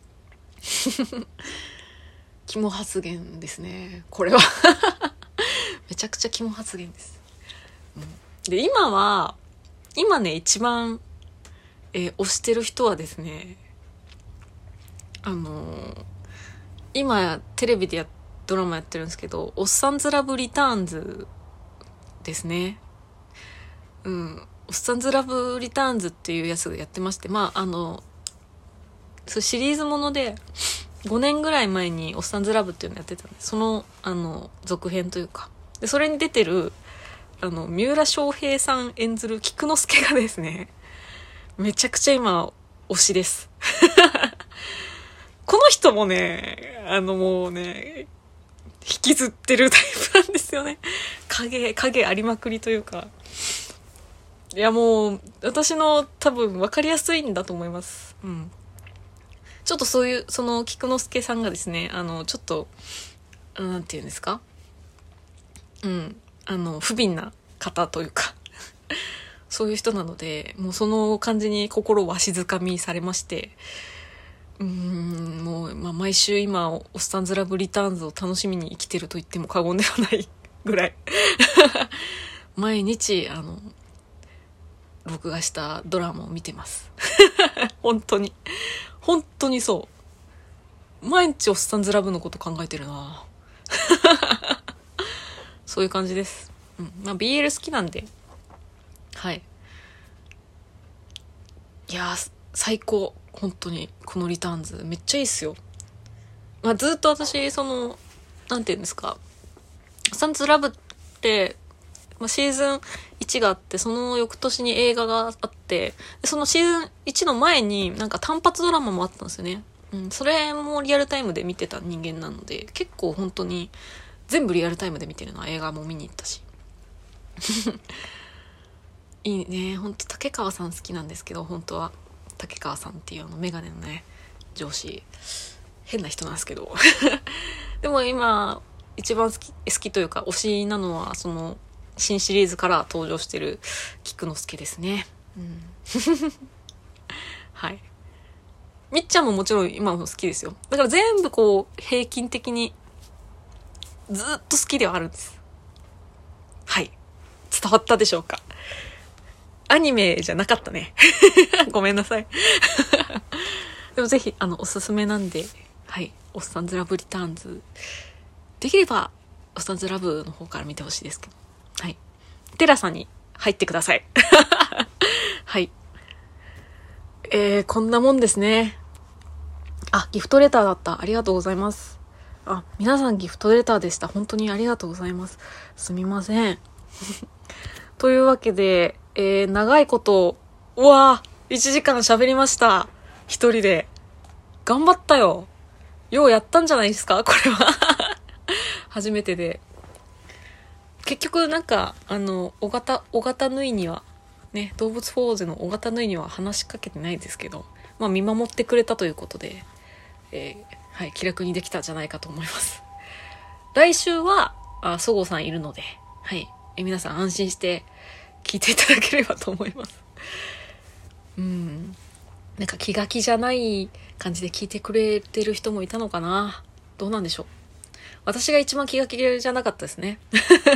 キモ発言ですね、これは。めちゃくちゃキモ発言です。うん、で今は今ね一番、えー、推してる人はですね、あのー、今テレビでやドラマやってるんですけど、おっさんずラブリターンズですね。うん、おっさんずラブリターンズっていうやつやってまして、まああのそうシリーズものでごねんぐらい前におっさんずラブっていうのやってたんで、そのあの続編というかで、それに出てるあの三浦翔平さん演ずる菊之助がですね、めちゃくちゃ今推しです。この人もね、あのもうね引きずってるタイプなんですよね。影影ありまくりというか、いやもう私の多分分かりやすいんだと思います。うん。ちょっとそういうその菊之助さんがですね、あのちょっとなんていうんですか、うん、あの不憫な方というかそういう人なので、もうその感じに心をわしづかみされまして、うーんもう、まあ、毎週今おっさんずラブリターンズを楽しみに生きてると言っても過言ではないぐらい毎日あの録画したドラマを見てます本当に本当にそう、毎日おっさんずラブのこと考えてるなそういう感じです。うん、まあ ビーエル 好きなんで、はい。いやー最高、本当にこのリターンズめっちゃいいっすよ。まあずっと私そのなんていうんですか、サンズラブって、まあ、シーズンいちがあって、その翌年に映画があって、でそのシーズンいちの前になんか単発ドラマもあったんですよね。うん、それもリアルタイムで見てた人間なので、結構本当に全部リアルタイムで見てるのは、映画も見に行ったしいいね。ほんと竹川さん好きなんですけど、本当は竹川さんっていうあのメガネのね上司、変な人なんですけどでも今一番好き好きというか推しなのは、その新シリーズから登場してる菊之助ですね。うんはい。みっちゃんももちろん今も好きですよ。だから全部こう平均的にずっと好きではあるんです。はい。伝わったでしょうか。アニメじゃなかったねごめんなさいでもぜひあのおすすめなんで、はい、おっさんずラブリターンズ、できればおっさんずラブの方から見てほしいですけど、はい、テラさんに入ってくださいはい、えー、こんなもんですね。あ、ギフトレターだった。ありがとうございます。あ、皆さんギフトレターでした。本当にありがとうございます。すみませんというわけで、えー、長いこと、うわー、いちじかん喋りました。一人で。頑張ったよ。ようやったんじゃないですかこれは。初めてで。結局なんか、あの、尾形、尾形縫いには、ね、動物フォーゼの尾形縫いには話しかけてないですけど、まあ見守ってくれたということで、えー、はい、気楽にできたんじゃないかと思います。来週は、あ、そごうさんいるので、はい、え皆さん安心して聞いていただければと思います。うん。なんか気が気じゃない感じで聞いてくれてる人もいたのかな。どうなんでしょう。私が一番気が気じゃなかったですね。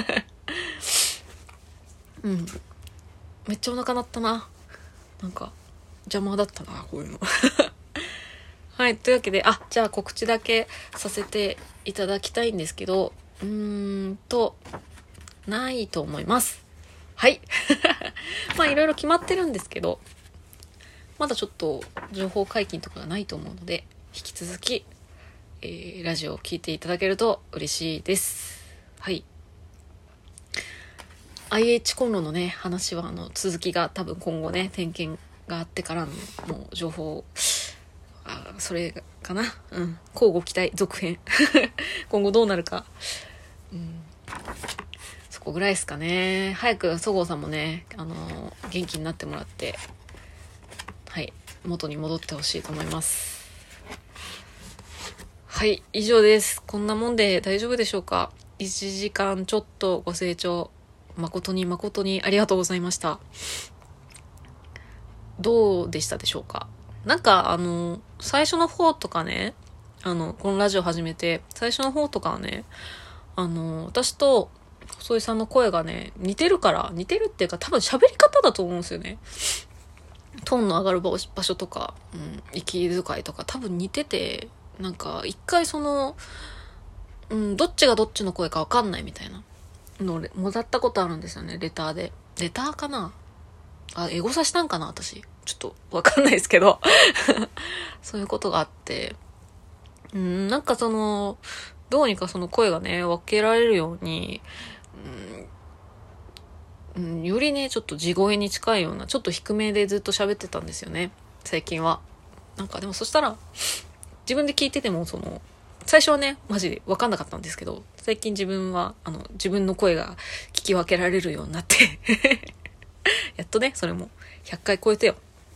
うん。めっちゃお腹鳴ったな。なんか邪魔だったな、こういうの。はい、というわけで、あ、じゃあ告知だけさせていただきたいんですけど、うーんと、ないと思います。はい。まあいろいろ決まってるんですけど、まだちょっと情報解禁とかがないと思うので、 引き続き、えー、ラジオを聞いていただけると嬉しいです。はい。アイエイチ コンロのね、話はあの続きが多分今後ね、点検があってからのもう情報、あ、それかな。うん。交互期待、続編。今後どうなるか。うん。そこぐらいですかね。早くそごうさんもね、あのー、元気になってもらって、はい、元に戻ってほしいと思います。はい、以上です。こんなもんで大丈夫でしょうか。いちじかんちょっとご清聴誠に誠にありがとうございました。どうでしたでしょうか。なんかあの最初の方とかね、あのこのラジオ始めて最初の方とかはね、あの私と細井さんの声がね似てるから似てるっていうか多分喋り方だと思うんですよね。トーンの上がる場所とか、うん、息遣いとか多分似てて、なんか一回その、うん、どっちがどっちの声か分かんないみたいなのもらったことあるんですよね、レターで。レターかなあ、エゴサしたんかな私。ちょっと分かんないですけど。そういうことがあって、うん、なんかその、どうにかその声がね、分けられるように、うん、よりね、ちょっと地声に近いような、ちょっと低めでずっと喋ってたんですよね、最近は。なんかでもそしたら、自分で聞いてても、その、最初はね、マジで分かんなかったんですけど、最近自分は、あの、自分の声が聞き分けられるようになって、やっとね、それもひゃっかい超えてよ。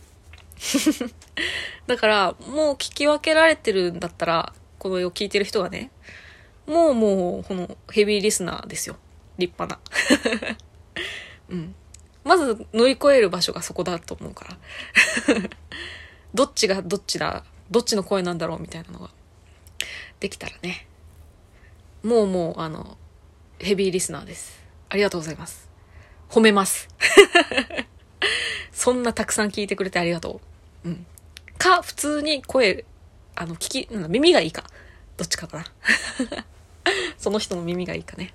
だから、もう聞き分けられてるんだったら、この絵を聞いてる人がね、もうもう、このヘビーリスナーですよ。立派な。うん。まず乗り越える場所がそこだと思うから。どっちがどっちだ、どっちの声なんだろうみたいなのができたらね。もうもう、あの、ヘビーリスナーです。ありがとうございます。褒めます。そんなたくさん聞いてくれてありがとう。うん。か、普通に声、あの、聞き、なんだ、耳がいいか。どっちかかな。その人の耳がいいかね。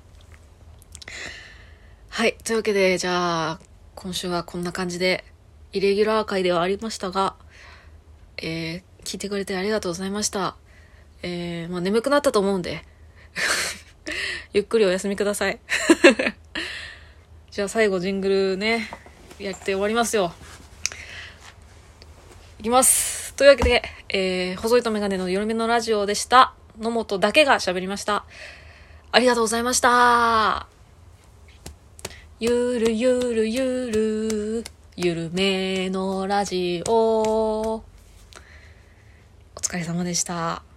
はい。というわけで、じゃあ、今週はこんな感じで、イレギュラー回ではありましたが、えー、聞いてくれてありがとうございました。えー、まあ眠くなったと思うんで、ゆっくりお休みください。じゃあ最後ジングルね、やって終わりますよ。いきます。というわけで、えー、細いとメガネの夜目のラジオでした。野本だけが喋りました。ありがとうございました。ゆるゆるゆる、ゆるめのラジオ。お疲れ様でした。